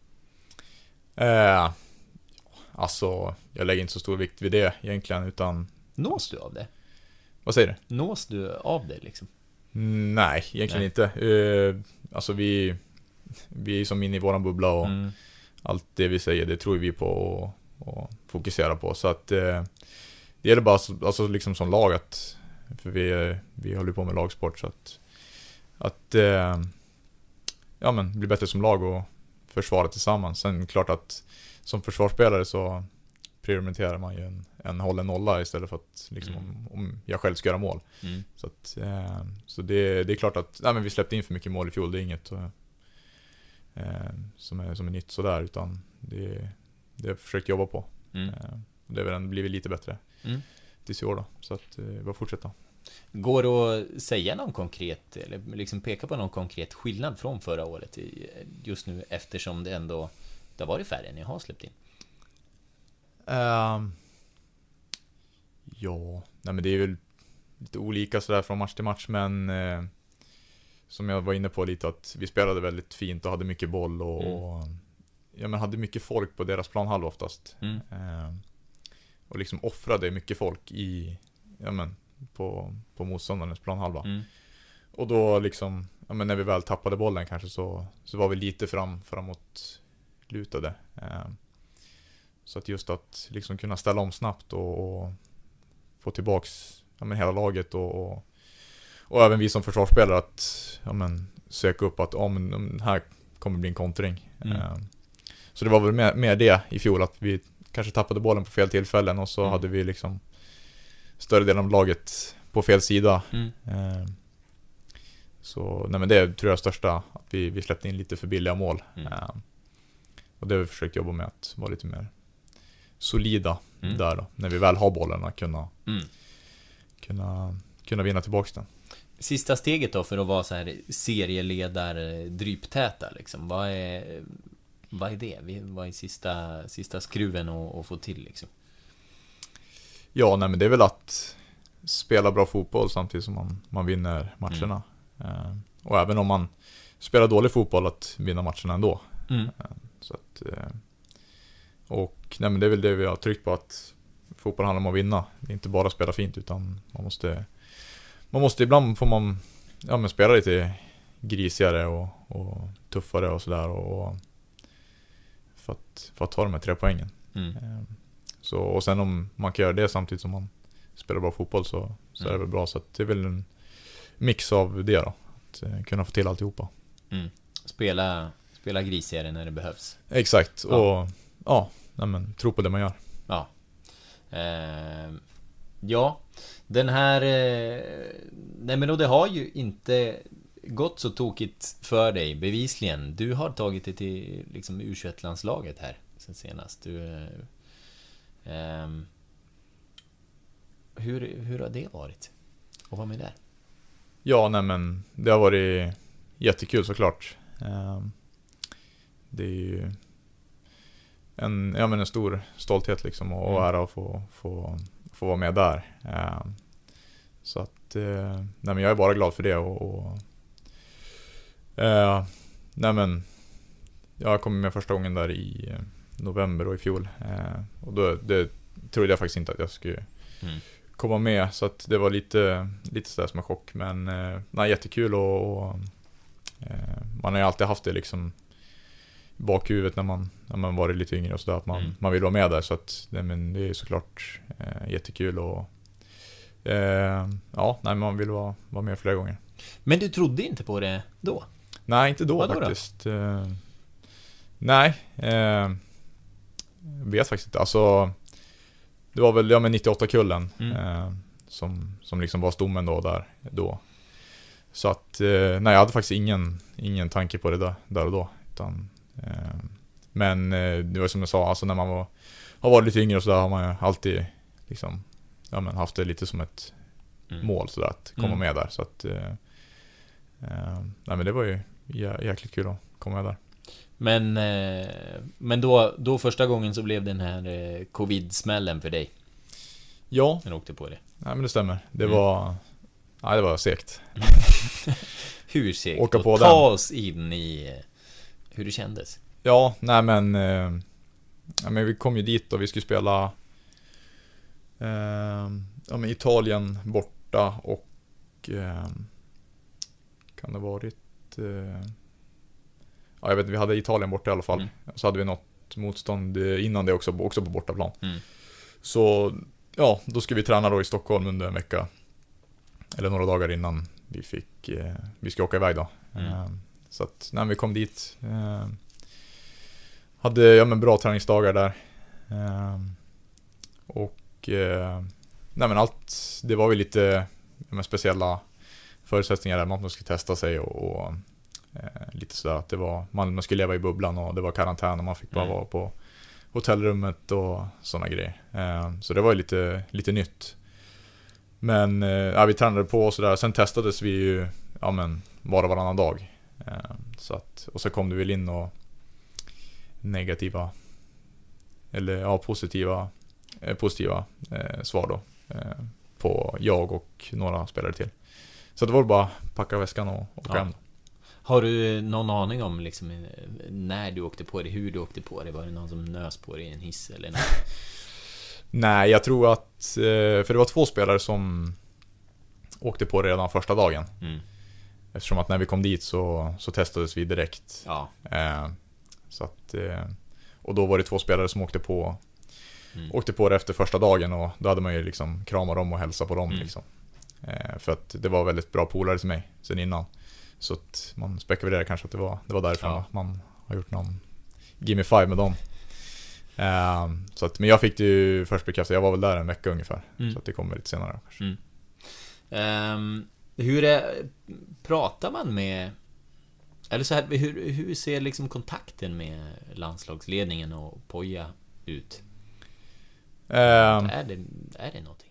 Eh, alltså, jag lägger inte så stor vikt vid det egentligen utan... Nås du av det? Vad säger du? Nås du av det liksom? Nej, egentligen Nej. inte. Uh, alltså vi vi är som inne i våran bubbla och mm. allt det vi säger, det tror vi på och, och fokuserar på. Så att uh, det gäller bara alltså liksom som lag att, för vi, vi håller på med lagsport så att att uh, ja men bli bättre som lag och försvara tillsammans. Sen klart att som försvarsspelare så prioriterar man ju en, en hållen nolla istället för att liksom, mm. om, om jag själv ska göra mål. Mm. Så, att, eh, så det, det är klart att nej, men vi släppte in för mycket mål i fjol. Det är inget eh, som, är, som är nytt sådär utan det, det har jag försökt jobba på. Mm. Eh, det har väl blivit lite bättre mm. tills i år då. Så att eh, bara fortsätta. Går det att säga någon konkret, eller liksom peka på någon konkret skillnad från förra året just nu, eftersom det ändå det har varit färre än jag har släppt in? Um, ja, nej men det är väl lite olika sådär från match till match, men eh, som jag var inne på lite, att vi spelade väldigt fint och hade mycket boll och, mm. och ja, men hade mycket folk på deras planhalva oftast. Mm. Eh, och liksom offrade mycket folk i ja men på, på motståndarens planhalva. Mm. Och då liksom, ja men när vi väl tappade bollen kanske så, så var vi lite fram, framåt lutade. Eh, så att just att liksom kunna ställa om snabbt och, och få tillbaks ja men hela laget och, och, och även vi som försvarsspelare att ja men söka upp att om ja, men här kommer bli en kontring. Mm. Eh, så det var väl mer, mer det i fjol, att vi kanske tappade bollen på fel tillfällen och så mm. hade vi liksom större delen av laget på fel sida. Mm. Eh, så nej men det tror jag är största, att vi, vi släppte in lite för billiga mål. Mm. Eh, och det har vi försökt jobba med, att vara lite mer solida mm. där då, när vi väl har bollen, att kunna, mm. kunna, kunna vinna tillbaka den. Sista steget då för att vara så här serieledare dryptäta liksom. Vad är, vad är det? Vad är sista, sista skruven att, att få till liksom? Ja, nej men det är väl att spela bra fotboll samtidigt som man, man vinner matcherna. Mm. Eh, och även om man spelar dålig fotboll, att vinna matcherna ändå. Mm. Eh, så att, eh, och nej men det är väl det vi har tryckt på, att fotboll handlar om att vinna. Det är inte bara spela fint, utan man måste man måste ibland får man ja men spela lite grisigare och, och tuffare och sådär, och, och för att, för att ta de här tre poängen. Mm. Eh, så, och sen om man kan göra det samtidigt som man spelar bra fotboll, så, så mm. är det väl bra. Så att det är väl en mix av det då, att uh, kunna få till alltihopa. Mm. Spela, spela grisigare när det behövs. Exakt, ja. och ja, nej men, tro på det man gör. Ja. Eh, ja, den här eh, nej men då det har ju inte gått så tokigt för dig, bevisligen. Du har tagit det till liksom U tjugoett-landslaget här sen senast. Du eh, Um, hur, hur har det varit att vara med där? Ja, nej men det har varit jättekul såklart. Um, det är ju en, ja, men en stor stolthet liksom, och, och ära att få, få, få vara med där. Um, så att uh, nej men jag är bara glad för det, och, och uh, nej men jag kom med första gången där i uh, november och i fjol. Eh, och då det trodde jag faktiskt inte att jag skulle mm. komma med, så att det var lite lite sådär som en chock, men eh, nej, jättekul, och, och eh, man har ju alltid haft det liksom i bakhuvudet när man när man varit lite yngre och sådär, att man mm. man vill vara med där, så att nej, men det är såklart eh, jättekul, och eh, ja, nej, man vill vara vara med flera gånger. Men du trodde inte på det då? Nej, inte då, Vadå faktiskt. Eh, nej, eh vet faktiskt inte. Alltså, det var väl ja, med nittioåtta-kullen mm. eh, som, som liksom var stommen då, där då. Så att eh, nej, jag hade faktiskt ingen, ingen tanke på det där, där och då. Utan, eh, men eh, det var som jag sa, alltså när man var, har varit lite yngre och så där, har man ju alltid liksom, ja, men haft det lite som ett mm. mål så där, att komma mm. med där. Så att eh, eh, nej, men det var ju jä- jäkligt kul att komma med där. Men, eh, men då, då första gången så blev den här eh, covid-smällen för dig. Ja. När du åkte på det. Nej, men det stämmer. Det mm. var nej, det var segt. Hur segt? Åka på och den. Ta oss in i eh, hur det kändes. Ja, nej men eh, ja, men vi kom ju dit och vi skulle spela eh, ja, men Italien borta, och eh, kan det varit eh, ja, jag vet, vi hade Italien borta i alla fall. Mm. Så hade vi något motstånd innan det också, också på bortaplan. Mm. Så ja, då skulle vi träna då i Stockholm under en vecka. Eller några dagar innan vi fick eh, vi ska åka iväg då. Mm. Eh, så att när vi kom dit eh, hade ja, men bra träningsdagar där. Eh, och eh, nej, men allt, det var ju lite ja, men speciella förutsättningar där man skulle testa sig och, och eh, lite sådär att det var, man, man skulle leva i bubblan och det var karantän och man fick bara mm. vara på hotellrummet och såna grejer. Eh, så det var ju lite, lite nytt. Men eh, ja, vi tränade på och sådär. Sen testades vi ju ja, men, var och varannan dag. Eh, så att, och så kom det väl in och negativa eller ja, positiva eh, positiva eh, svar då eh, på jag och några spelare till. Så det var bara packa väskan och åka hem. Ja. Har du någon aning om liksom, när du åkte på det, hur du åkte på det? Var det någon som nös på det i en hiss eller något? Nej, jag tror att för det var två spelare som åkte på det redan första dagen. Mm. Eftersom att när vi kom dit så, så testades vi direkt. Ja. Eh, så att, eh, och då var det två spelare som åkte på Mm. åkte på det efter första dagen, och då hade man ju liksom kramat dem och hälsat på dem. Mm. Liksom. Eh, för att det var väldigt bra polare till mig sen innan. Så att man spekulerar kanske att det var, det var därför Ja. man har gjort någon Gimme Five med dem. Eh, så att, men jag fick det ju först bekräftat, jag var väl där en vecka ungefär. Mm. Så att det kommer lite senare kanske. Mm. Um, hur är, pratar man med, eller så här, hur, hur ser liksom kontakten med landslagsledningen och Poja ut? Eh, är, det, är det någonting?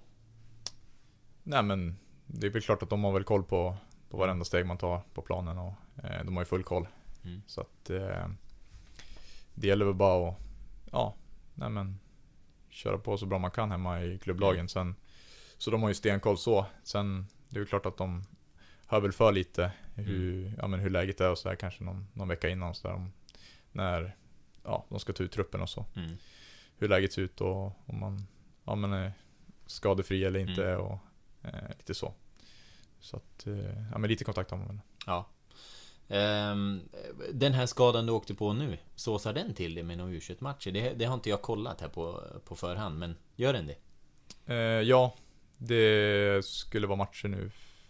Nej, men det är väl klart att de har väl koll på, på varenda steg man tar på planen, och eh, de har ju full koll. Mm. Så att eh, det gäller väl bara att ja, nej men köra på så bra man kan hemma i klubblagen. Sen, så de har ju stenkoll så. Sen det är ju klart att de hör väl för lite hur, Mm. ja, men hur läget är och så där, kanske någon, någon vecka innan så där, om, när ja, de ska ta ut truppen och så. Mm. Hur läget ser ut och om man ja, men är skadefri eller inte. Mm. Och eh, lite så. Så att eh, ja, men lite kontakt har man väl. Ja. Um, den här skadan du åkte på nu, såsar den till det med några U tjugoett-matcher? Det, det har inte jag kollat här på, på förhand, men gör den det? Eh, ja, det skulle vara matcher nu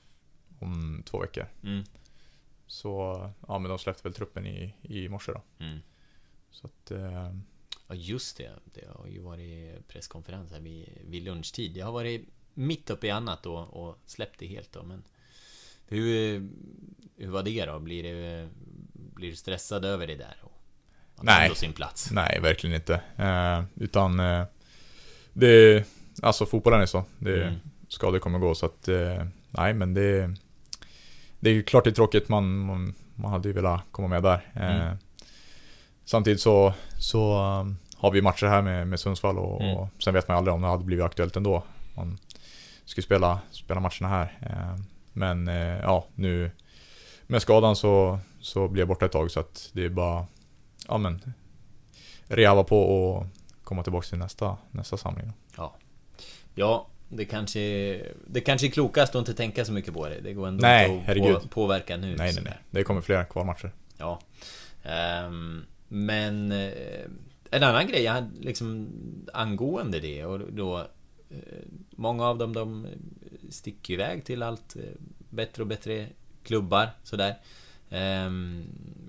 om två veckor. Mm. Så ja, men de släppte väl truppen i, i morse då. Mm. Så att eh, Ja, just det. Det har ju varit presskonferens här vid, vid lunchtid. Jag har varit mitt uppe i annat då och släppt det helt då, men hur, hur var det då? Blir det, blir du stressad över det där? Och nej, på sin plats? Nej, verkligen inte. Eh, utan eh, det, alltså fotbollen är så. Det Mm. skador kommer gå, så att eh, nej, men det det är ju klart det är tråkigt, man, man, man hade ju velat komma med där. Eh, Mm. Samtidigt så, så um, har vi matcher här med, med Sundsvall och, Mm. och sen vet man aldrig om det hade blivit aktuellt ändå. Man skulle spela, spela matcherna här. Eh, men eh, ja, nu med skadan så, så blir jag borta ett tag, så att det är bara ja, men rehava på och komma tillbaka till nästa, nästa samling. Ja. Ja, det kanske, det kanske är klokast att inte tänka så mycket på det. Det går ändå Nej, inte att herregud. på, påverka nu. Nej, nej, nej. Det kommer flera kvalmatcher. Ja. Um, men eh, en annan grej jag hade liksom angående det, och då eh, många av dem de sticker iväg till allt eh, bättre och bättre klubbar sådär. Um,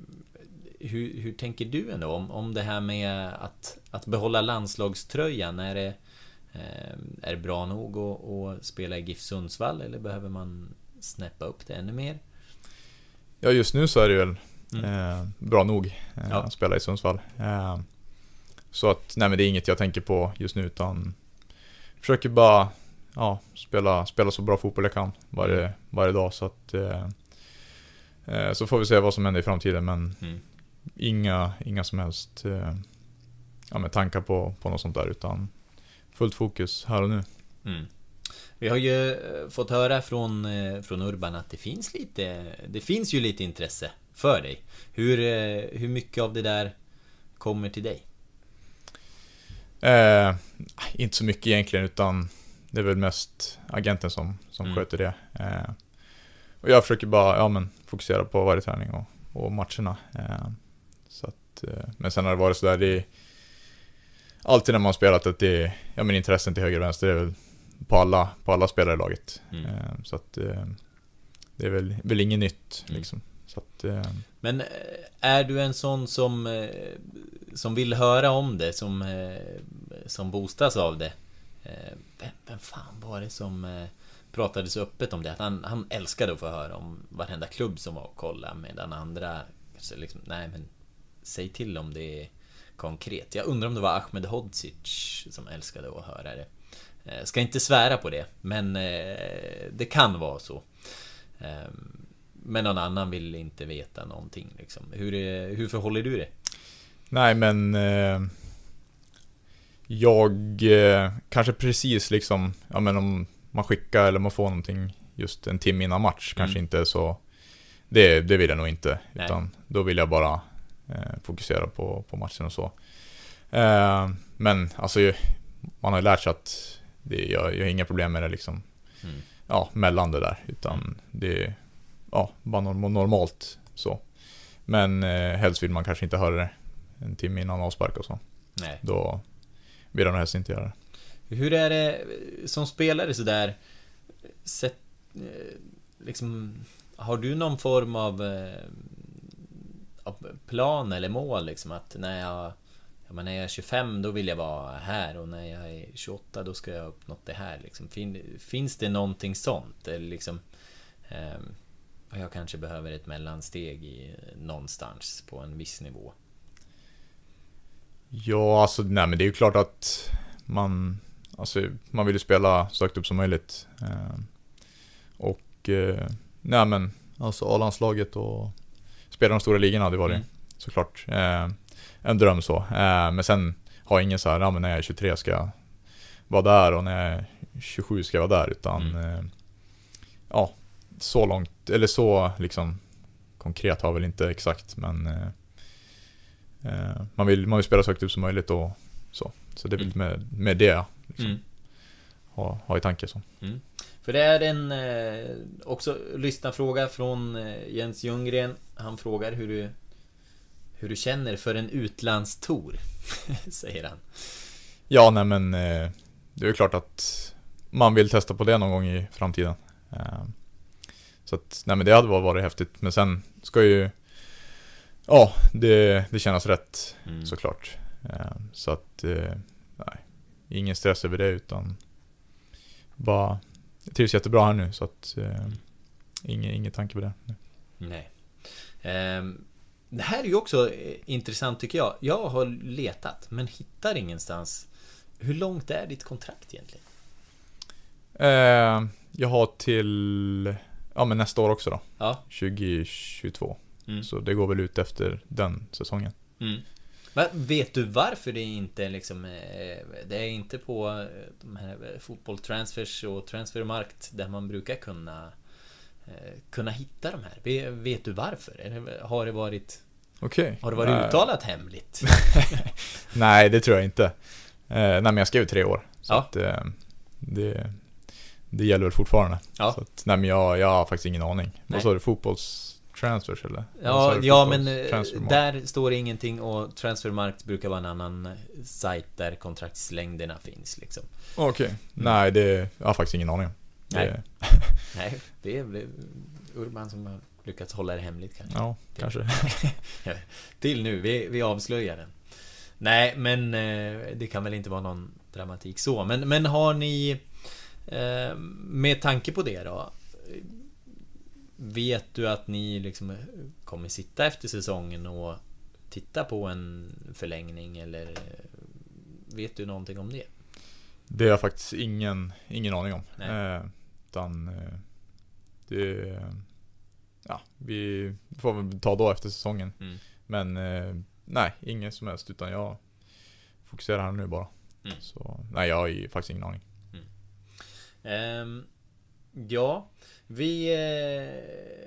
hur, hur tänker du ändå om, om det här med att, att behålla landslagströjan? Är det, eh, är det bra nog att, att spela i GIF Sundsvall, eller behöver man snäppa upp det ännu mer? Ja, just nu så är det väl Mm. eh, bra nog eh, Ja. att spela i Sundsvall. Eh, så att nej, men det är inget jag tänker på just nu, utan försöker bara ja, spela, spela så bra fotboll jag kan varje, varje dag, så att eh, eh, så får vi se vad som händer i framtiden, men Mm. inga, inga som helst eh, ja, med tankar på, på något sånt där, utan fullt fokus här och nu. Mm. Vi har ju eh, fått höra från, eh, från Urban att det finns lite, det finns ju lite intresse för dig. Hur, eh, hur mycket av det där kommer till dig? Eh, inte så mycket egentligen, utan det är väl mest agenten som, som Mm. sköter det. Eh, och jag försöker bara ja, men, fokusera på varje träning och, och matcherna. Eh, så att, eh, men sen har det varit så där, det är alltid när man har spelat att det är ja, men intressen till höger och vänster, det är väl på alla, på alla spelare i laget. Mm. Eh, så att eh, det är väl, väl inget nytt Mm. liksom. Så att, eh, Men eh, är du en sån som eh, som vill höra om det, som eh, som boostas av det? Eh, vem, vem fan var det som eh, pratade så öppet om det? Att han, han älskade att få höra om varenda klubb som var och kolla, medan andra så liksom, nej men säg till om det konkret. Jag undrar om det var Ahmed Hodzic som älskade att höra det. Eh, ska inte svära på det, men eh, det kan vara så. Eh, men någon annan vill inte veta någonting liksom. Hur, hur förhåller du det? Nej, men eh, jag eh, kanske precis liksom, ja, men om man skickar eller man får någonting just en timme innan match, kanske Mm. inte är så, det, det vill jag nog inte. Nej. Utan då vill jag bara eh, fokusera på, på matchen och så. Eh, men alltså, man har ju lärt sig att det, jag, jag har inga problem med det liksom. Mm. Ja, mellan det där. Utan det är ja, bara norm- normalt så. Men eh, helst vill man kanske inte höra det en timme innan avspark och så. Nej. Då vill jag nog helst inte göra det. Hur är det som spelare så där sett, liksom, har du någon form av, av plan eller mål liksom, att när jag, ja, men när jag är tjugofem då vill jag vara här, och när jag är tjugoåtta då ska jag ha uppnått det här liksom. fin, Finns det någonting sånt eller liksom, eh, jag kanske behöver ett mellansteg i, någonstans på en viss nivå? Ja, alltså nej, men det är ju klart att man, alltså, man vill ju spela så högt upp som möjligt. Eh, och eh, nej, men alltså A-landslaget och spela de stora ligorna, det var det Mm. såklart eh, en dröm så. Eh, men sen har jag ingen så här, ja, men när jag är tjugotre ska jag vara där och när jag är tjugosju ska jag vara där, utan Mm. eh, ja, så långt, eller så liksom konkret har jag väl inte exakt, men eh, eh, man vill man vill spela så högt upp som möjligt och så. Så det är väl Mm. med, med det liksom, Mm. ha, ha i tanke så. Mm. För det är en eh, också lyssnarfråga från eh, Jens Ljunggren. Han frågar hur du hur du känner för en utlandstour, säger han. Ja, nej, men eh, det är ju klart att man vill testa på det någon gång i framtiden. Eh, så att, nej, men det hade varit häftigt. Men sen ska ju, ja, det, det kännas rätt Mm. såklart. Eh, så att, eh, nej, ingen stress över det, utan bara, jag trivs jättebra här nu, så att eh, ingen, ingen tanke på det. Nej. Ehm, det här är ju också eh, intressant tycker jag. Jag har letat men hittar ingenstans. Hur långt är ditt kontrakt egentligen? Eh, jag har till, ja, men nästa år också då. Ja. tjugohundratjugotvå. Mm. Så det går väl ut efter den säsongen. Mm. Men vet du varför det inte liksom, eh, det är inte på eh, de här fotbolltransfers och transfermarkt där man brukar kunna eh, kunna hitta de här? Vet, vet du varför? Eller har det varit Okej. har det varit Nej. uttalat hemligt? Nej, det tror jag inte. Eh, nej, men jag skrev tre år. Så Ja. att, eh, det, det gäller väl fortfarande. Ja. Så att, nej, men jag, jag har faktiskt ingen aning. Nej. Vad sa du? Fotbollstransfers eller? Vad Ja, sa du? ja men eh, Fotbollstransfermarkt? där står det ingenting, och Transfermarkt brukar vara en annan sajt där kontraktslängderna finns liksom. Okej. Nej, det jag har faktiskt ingen aning om. Nej. Det, Nej, det är väl Urban som har lyckats hålla det hemligt kanske. ja, kanske. Till nu, vi, vi avslöjar den. Nej, men eh, det kan väl inte vara någon dramatik så. Men, men har ni eh, med tanke på det då, vet du att ni liksom kommer sitta efter säsongen och titta på en förlängning, eller vet du någonting om det? Det har jag faktiskt ingen, ingen aning om. Nej. Eh, utan eh, det, ja, vi får väl ta då efter säsongen. Mm. Men eh, nej, ingen som helst, utan jag fokuserar här nu bara. Mm. Så nej, jag har ju faktiskt ingen aning. Ehm, ja, vi eh,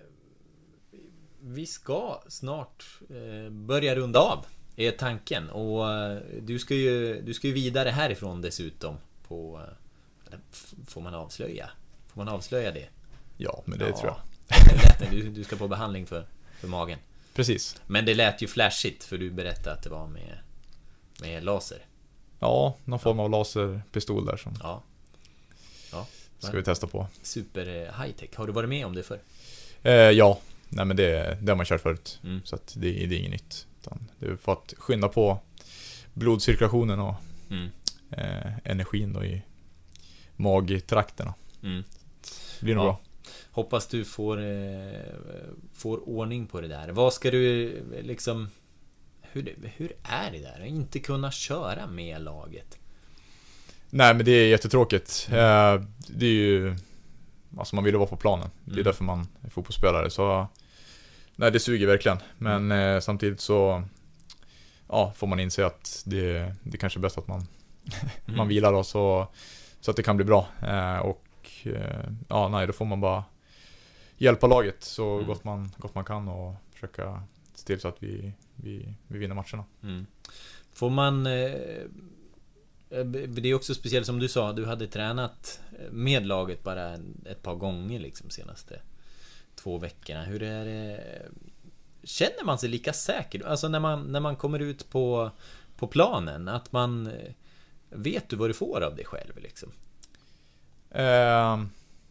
vi ska snart eh, börja runda av, är tanken. Och eh, du ska ju du ska ju vidare härifrån dessutom på eh, f- får man avslöja? Får man avslöja det? Ja, men det tror jag. Det lät, du, du ska på behandling för, för magen. Precis. Men det lät ju flashigt, för du berättade att det var med med laser. Ja, någon form av laserpistol där som Ja. Ja. ska vi testa på. Super high tech. Har du varit med om det förr? Eh, ja, nej, men det, det har man kört förut. Mm. Så att det, det är inget nytt. Utan det är för att skynda på blodcirkulationen och Mm. eh, energin då i magtrakterna. Mm. Blir nog Ja. bra. Hoppas du får eh, får ordning på det där. Vad ska du liksom, hur, hur är det där att inte kunna köra med laget? Nej, men det är jättetråkigt. eh, Det är ju, alltså man vill ju vara på planen. Det är Mm. därför man är fotbollsspelare. Så nej, det suger verkligen. Men eh, samtidigt så ja, får man inse att det, det kanske är bäst att man Mm. man vilar då, så, så att det kan bli bra. eh, Och eh, ja, nej, då får man bara hjälpa laget så Mm. gott, man, gott man kan och försöka se till så att vi, vi, vi vinner matcherna. Mm. Får man eh, det är också speciellt som du sa, du hade tränat med laget bara ett par gånger liksom senaste två veckorna. Hur är det? Känner man sig lika säker? Alltså när man, när man kommer ut på, på planen, att man vet du vad du får av dig själv liksom? Eh,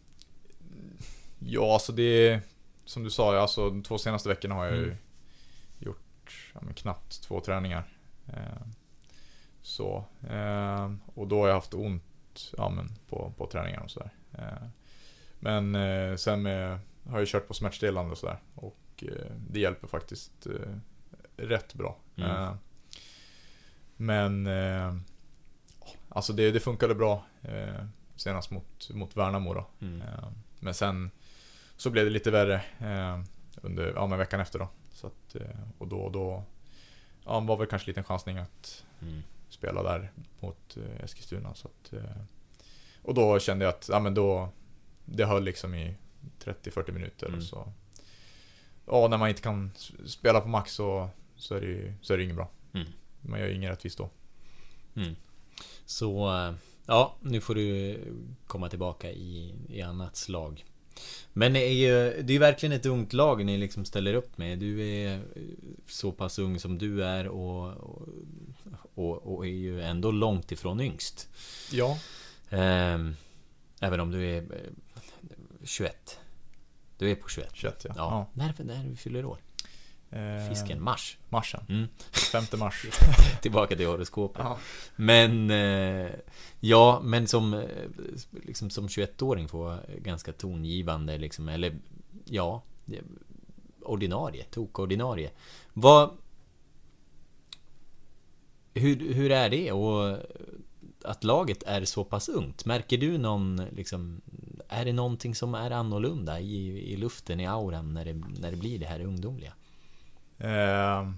ja, alltså det är, som du sa, alltså de två senaste veckorna har jag ju Mm. gjort ja, men knappt två träningar. Eh, så eh, och då har jag haft ont ja, men på, på träningar och sådär. Eh, men eh, sen med, har jag kört på smärtstillande och sådär, och eh, det hjälper faktiskt eh, rätt bra. Mm. Eh, men eh, alltså det, det funkade bra eh, senast mot, mot Värnamo då. Mm. Eh, men sen så blev det lite värre eh, under ja, men veckan efter då. Så att, eh, och då, då ja, var väl kanske lite en chansning att Mm. spela där mot eh, Eskilstuna. Så att, eh, och då kände jag att ja, men då, det höll liksom i trettio till fyrtio minuter. Mm. Och så, ja, när man inte kan spela på max så, så, är, det ju, så är det inget bra. Mm. Man gör ju ingen rättvis då. Mm. Så ja, nu får du komma tillbaka i, i annat slag. Men det är ju, det är ju verkligen ett ungt lag ni liksom ställer upp med. Du är så pass ung som du är och, och, och är ju ändå långt ifrån yngst. Ja. Ehm, även om du är tjugoett. Du är på tjugoett. tjugoett, ja. Ja. När, när du fyller år? Eh, Fisken, mars. Marsen. Mm. femte mars. Tillbaka till horoskopet. Ja. Men eh, ja, men som eh, liksom som tjugoett-åring får ganska tongivande liksom, eller ja, ordinarie, tok-ordinarie. Vad hur, hur är det och att laget är så pass ungt? Märker du någon liksom, är det någonting som är annorlunda i, i luften, i auran när det, när det blir det här ungdomliga? Eh,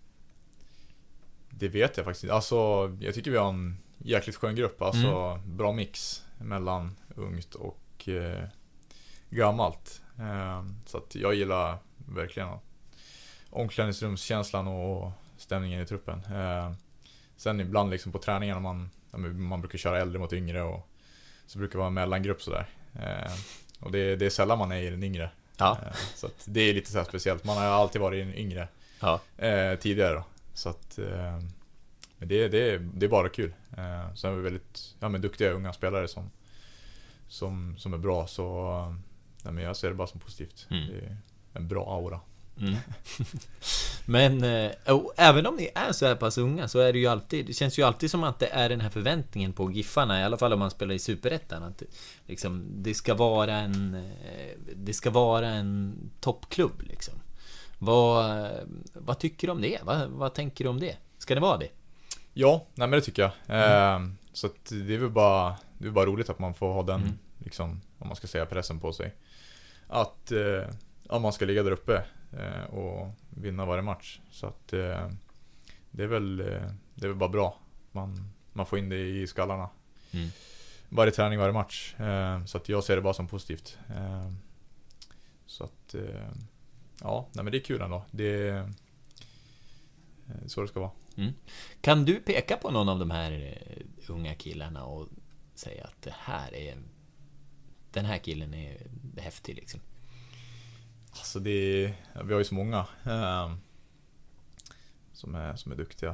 det vet jag faktiskt. Alltså, jag tycker vi har en jäkligt skön grupp. Alltså, mm. bra mix mellan ungt och eh, gammalt. Eh, så att jag gillar verkligen omklädningsrumskänslan och stämningen i truppen. Eh, sen ibland liksom på träningarna man, man brukar köra äldre mot yngre och så brukar det vara en mellangrupp sådär. Eh, och det, det är sällan man är i den yngre. Ja. Eh, så att det är lite så här speciellt. Man har alltid varit i den yngre ja. eh, tidigare då. Så att eh, men det, det, det är bara kul. Eh, sen är vi väldigt ja, men duktiga unga spelare som, som, som är bra. Så ja, men jag ser det bara som positivt. Mm. Det är en bra aura. Mm. Men äh, även om ni är så här pass unga så är det ju alltid, det känns ju alltid som att det är den här förväntningen på Giffarna, i alla fall om man spelar i Superettan, att liksom, det ska vara en det ska vara en toppklubb liksom. Vad, vad tycker du om det? Vad, vad tänker du om det? Ska det vara det? Ja, nej men det tycker jag. Mm. Eh, så att det är väl bara det är bara roligt att man får ha den mm. liksom, om man ska säga, pressen på sig. Att eh, ja, man ska ligga där uppe eh, och vinna varje match. Så att eh, det är väl eh, det är väl bara bra. Man man får in det i skallarna. Mm. Varje träning, varje match. Eh, så att jag ser det bara som positivt. Eh, så att eh, ja, nej men det är kul ändå. Det är så det ska vara. Mm. Kan du peka på någon av de här unga killarna och säga att det här är den här killen är häftig liksom? Alltså det är, vi har ju så många eh, som är som är duktiga.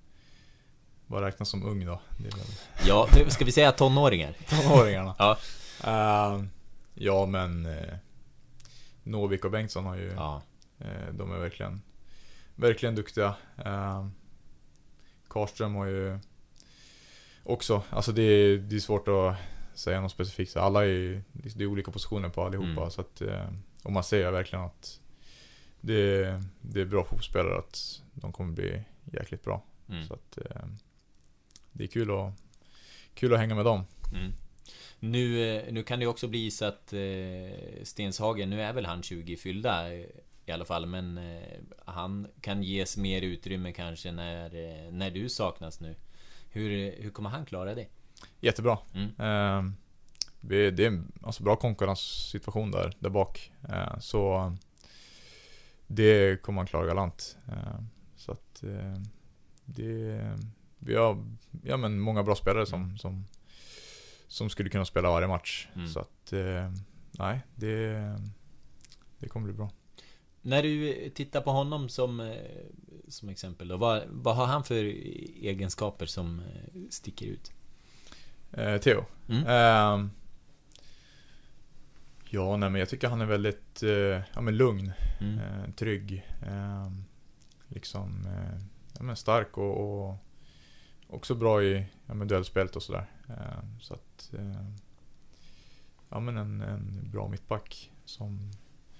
Vad räknas som ung då? Det är väl... Ja, ska vi säga tonåringar? Tonåringarna. Ja. Uh, ja, men eh, Novik och Bengtsson har ju ja. eh, de är verkligen verkligen duktiga. Uh, Karström har ju också, alltså det är, det är svårt att säga något specifikt. Alla är det är olika positioner på allihopa, mm. så att eh, och man ser verkligen att det, det är bra fotbollsspelare, att de kommer bli jäkligt bra. Mm. Så att eh, det är kul att, kul att hänga med dem. Mm. Nu, nu kan det också bli så att eh, Stenshagen, nu är väl han tjugo fyllda i alla fall, men eh, han kan ges mer utrymme kanske när, eh, när du saknas nu. Hur, hur kommer han klara det? Jättebra. Mm. Eh, det är en alltså, bra konkurrenssituation där, där bak. Eh, så det kommer han klara galant. Eh, så att eh, det, vi har ja, men många bra spelare som, som, som skulle kunna spela varje match. Mm. Så att eh, nej, det, det kommer bli bra. När du tittar på honom som, som exempel då, vad, vad har han för egenskaper som sticker ut? Eh, Theo? Mm. Eh, ja, nej, men jag tycker han är väldigt eh, ja, men lugn, mm. eh, trygg, eh, liksom eh, ja, men stark och, och också bra i ja, men duellspelet och sådär. Eh, så att eh, ja, men en, en bra mittback som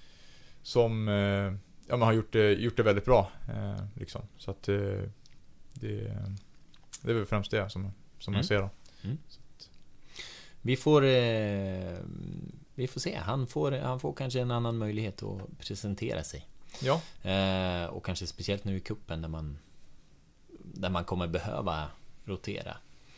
som eh, ja, man har gjort det, gjort det väldigt bra eh, liksom. Så att eh, det, det är väl främst det som, som mm. jag ser då. Mm. Så att. Vi får eh, vi får se. Han får, han får kanske en annan möjlighet att presentera sig. Ja. Eh, och kanske speciellt nu i kuppen där man där man kommer behöva rotera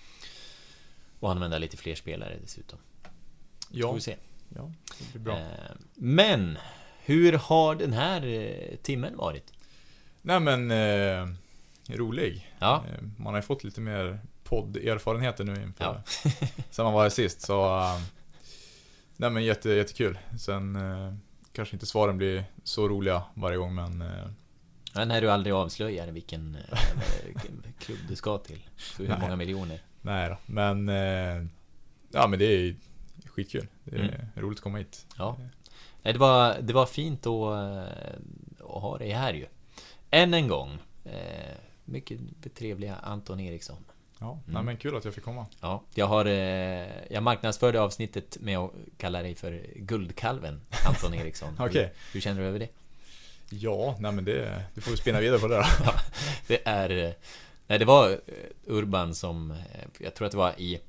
och använda lite fler spelare dessutom. Ja. Får vi se. Ja, det blir bra. Eh, men hur har den här eh, timmen varit? Nej men eh, rolig. Ja. Eh, man har ju fått lite mer podderfarenheter nu inför ja. sen man var här sist, så uh, nej men jätte, jättekul. Sen uh, kanske inte svaren blir så roliga varje gång, men uh, ja, när du aldrig avslöjar vilken uh, klubb du ska till för hur nej. många miljoner. Nej då, men uh, ja men det är skitkul. Det är mm. roligt att komma hit. Ja. Det var, det var fint att, att ha dig här ju. Än en gång. Mycket trevliga Anton Eriksson. Ja, mm. nej, men kul att jag fick komma. Ja, jag har jag marknadsförde avsnittet med att kalla dig för Guldkalven Anton Eriksson. Okej. Okay. Hur, hur känner du över det? Ja, nej men det, du får spinna vidare på det då. Ja, det är nej, det var Urban som jag tror att det var i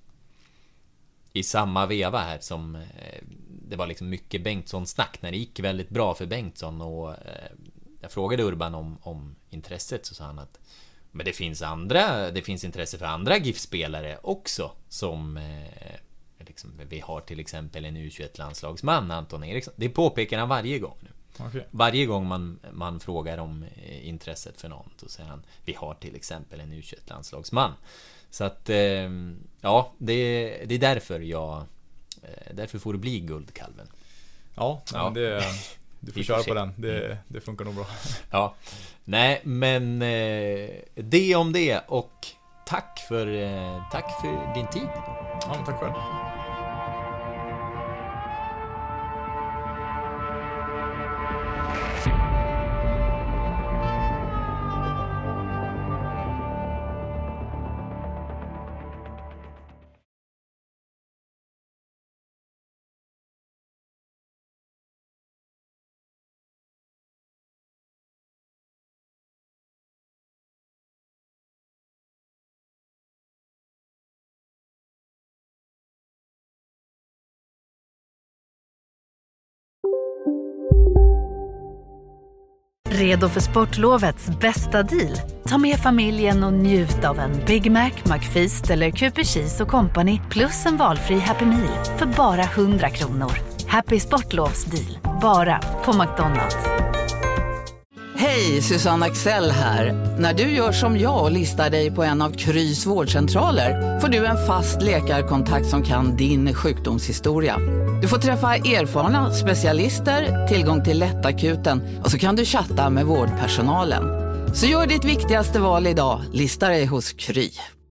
i samma veva här som det var liksom mycket Bengtsson-snack när det gick väldigt bra för Bengtsson, och jag frågade Urban om, om intresset, så sa han att men det finns andra, det finns intresse för andra GIF-spelare också, som eh, liksom, vi har till exempel en U tjugoett-landslagsman, Anton Eriksson. Det påpekar han varje gång nu. Okay. Varje gång man, man frågar om eh, intresset för någon, så säger han vi har till exempel en U tjugoett-landslagsman. Så att eh, ja, det, det är därför jag eh, därför får det bli Guldkalven. Ja, ja. Men det du får köra på den. Det, det funkar nog bra. Ja. Nej, men eh, det om det, och tack för eh, tack för din tid. Ja, men tack själv. Redo för sportlovets bästa deal? Ta med familjen och njut av en Big Mac, McFeast eller Cooper Cheese och Company plus en valfri Happy Meal för bara hundra kronor. Happy Sportlovs deal, bara på McDonalds. Hej, Susanne Axel här. När du gör som jag och listar dig på en av Krys vårdcentraler får du en fast läkarkontakt som kan din sjukdomshistoria. Du får träffa erfarna specialister, tillgång till lättakuten och så kan du chatta med vårdpersonalen. Så gör ditt viktigaste val idag, lista dig hos Kry.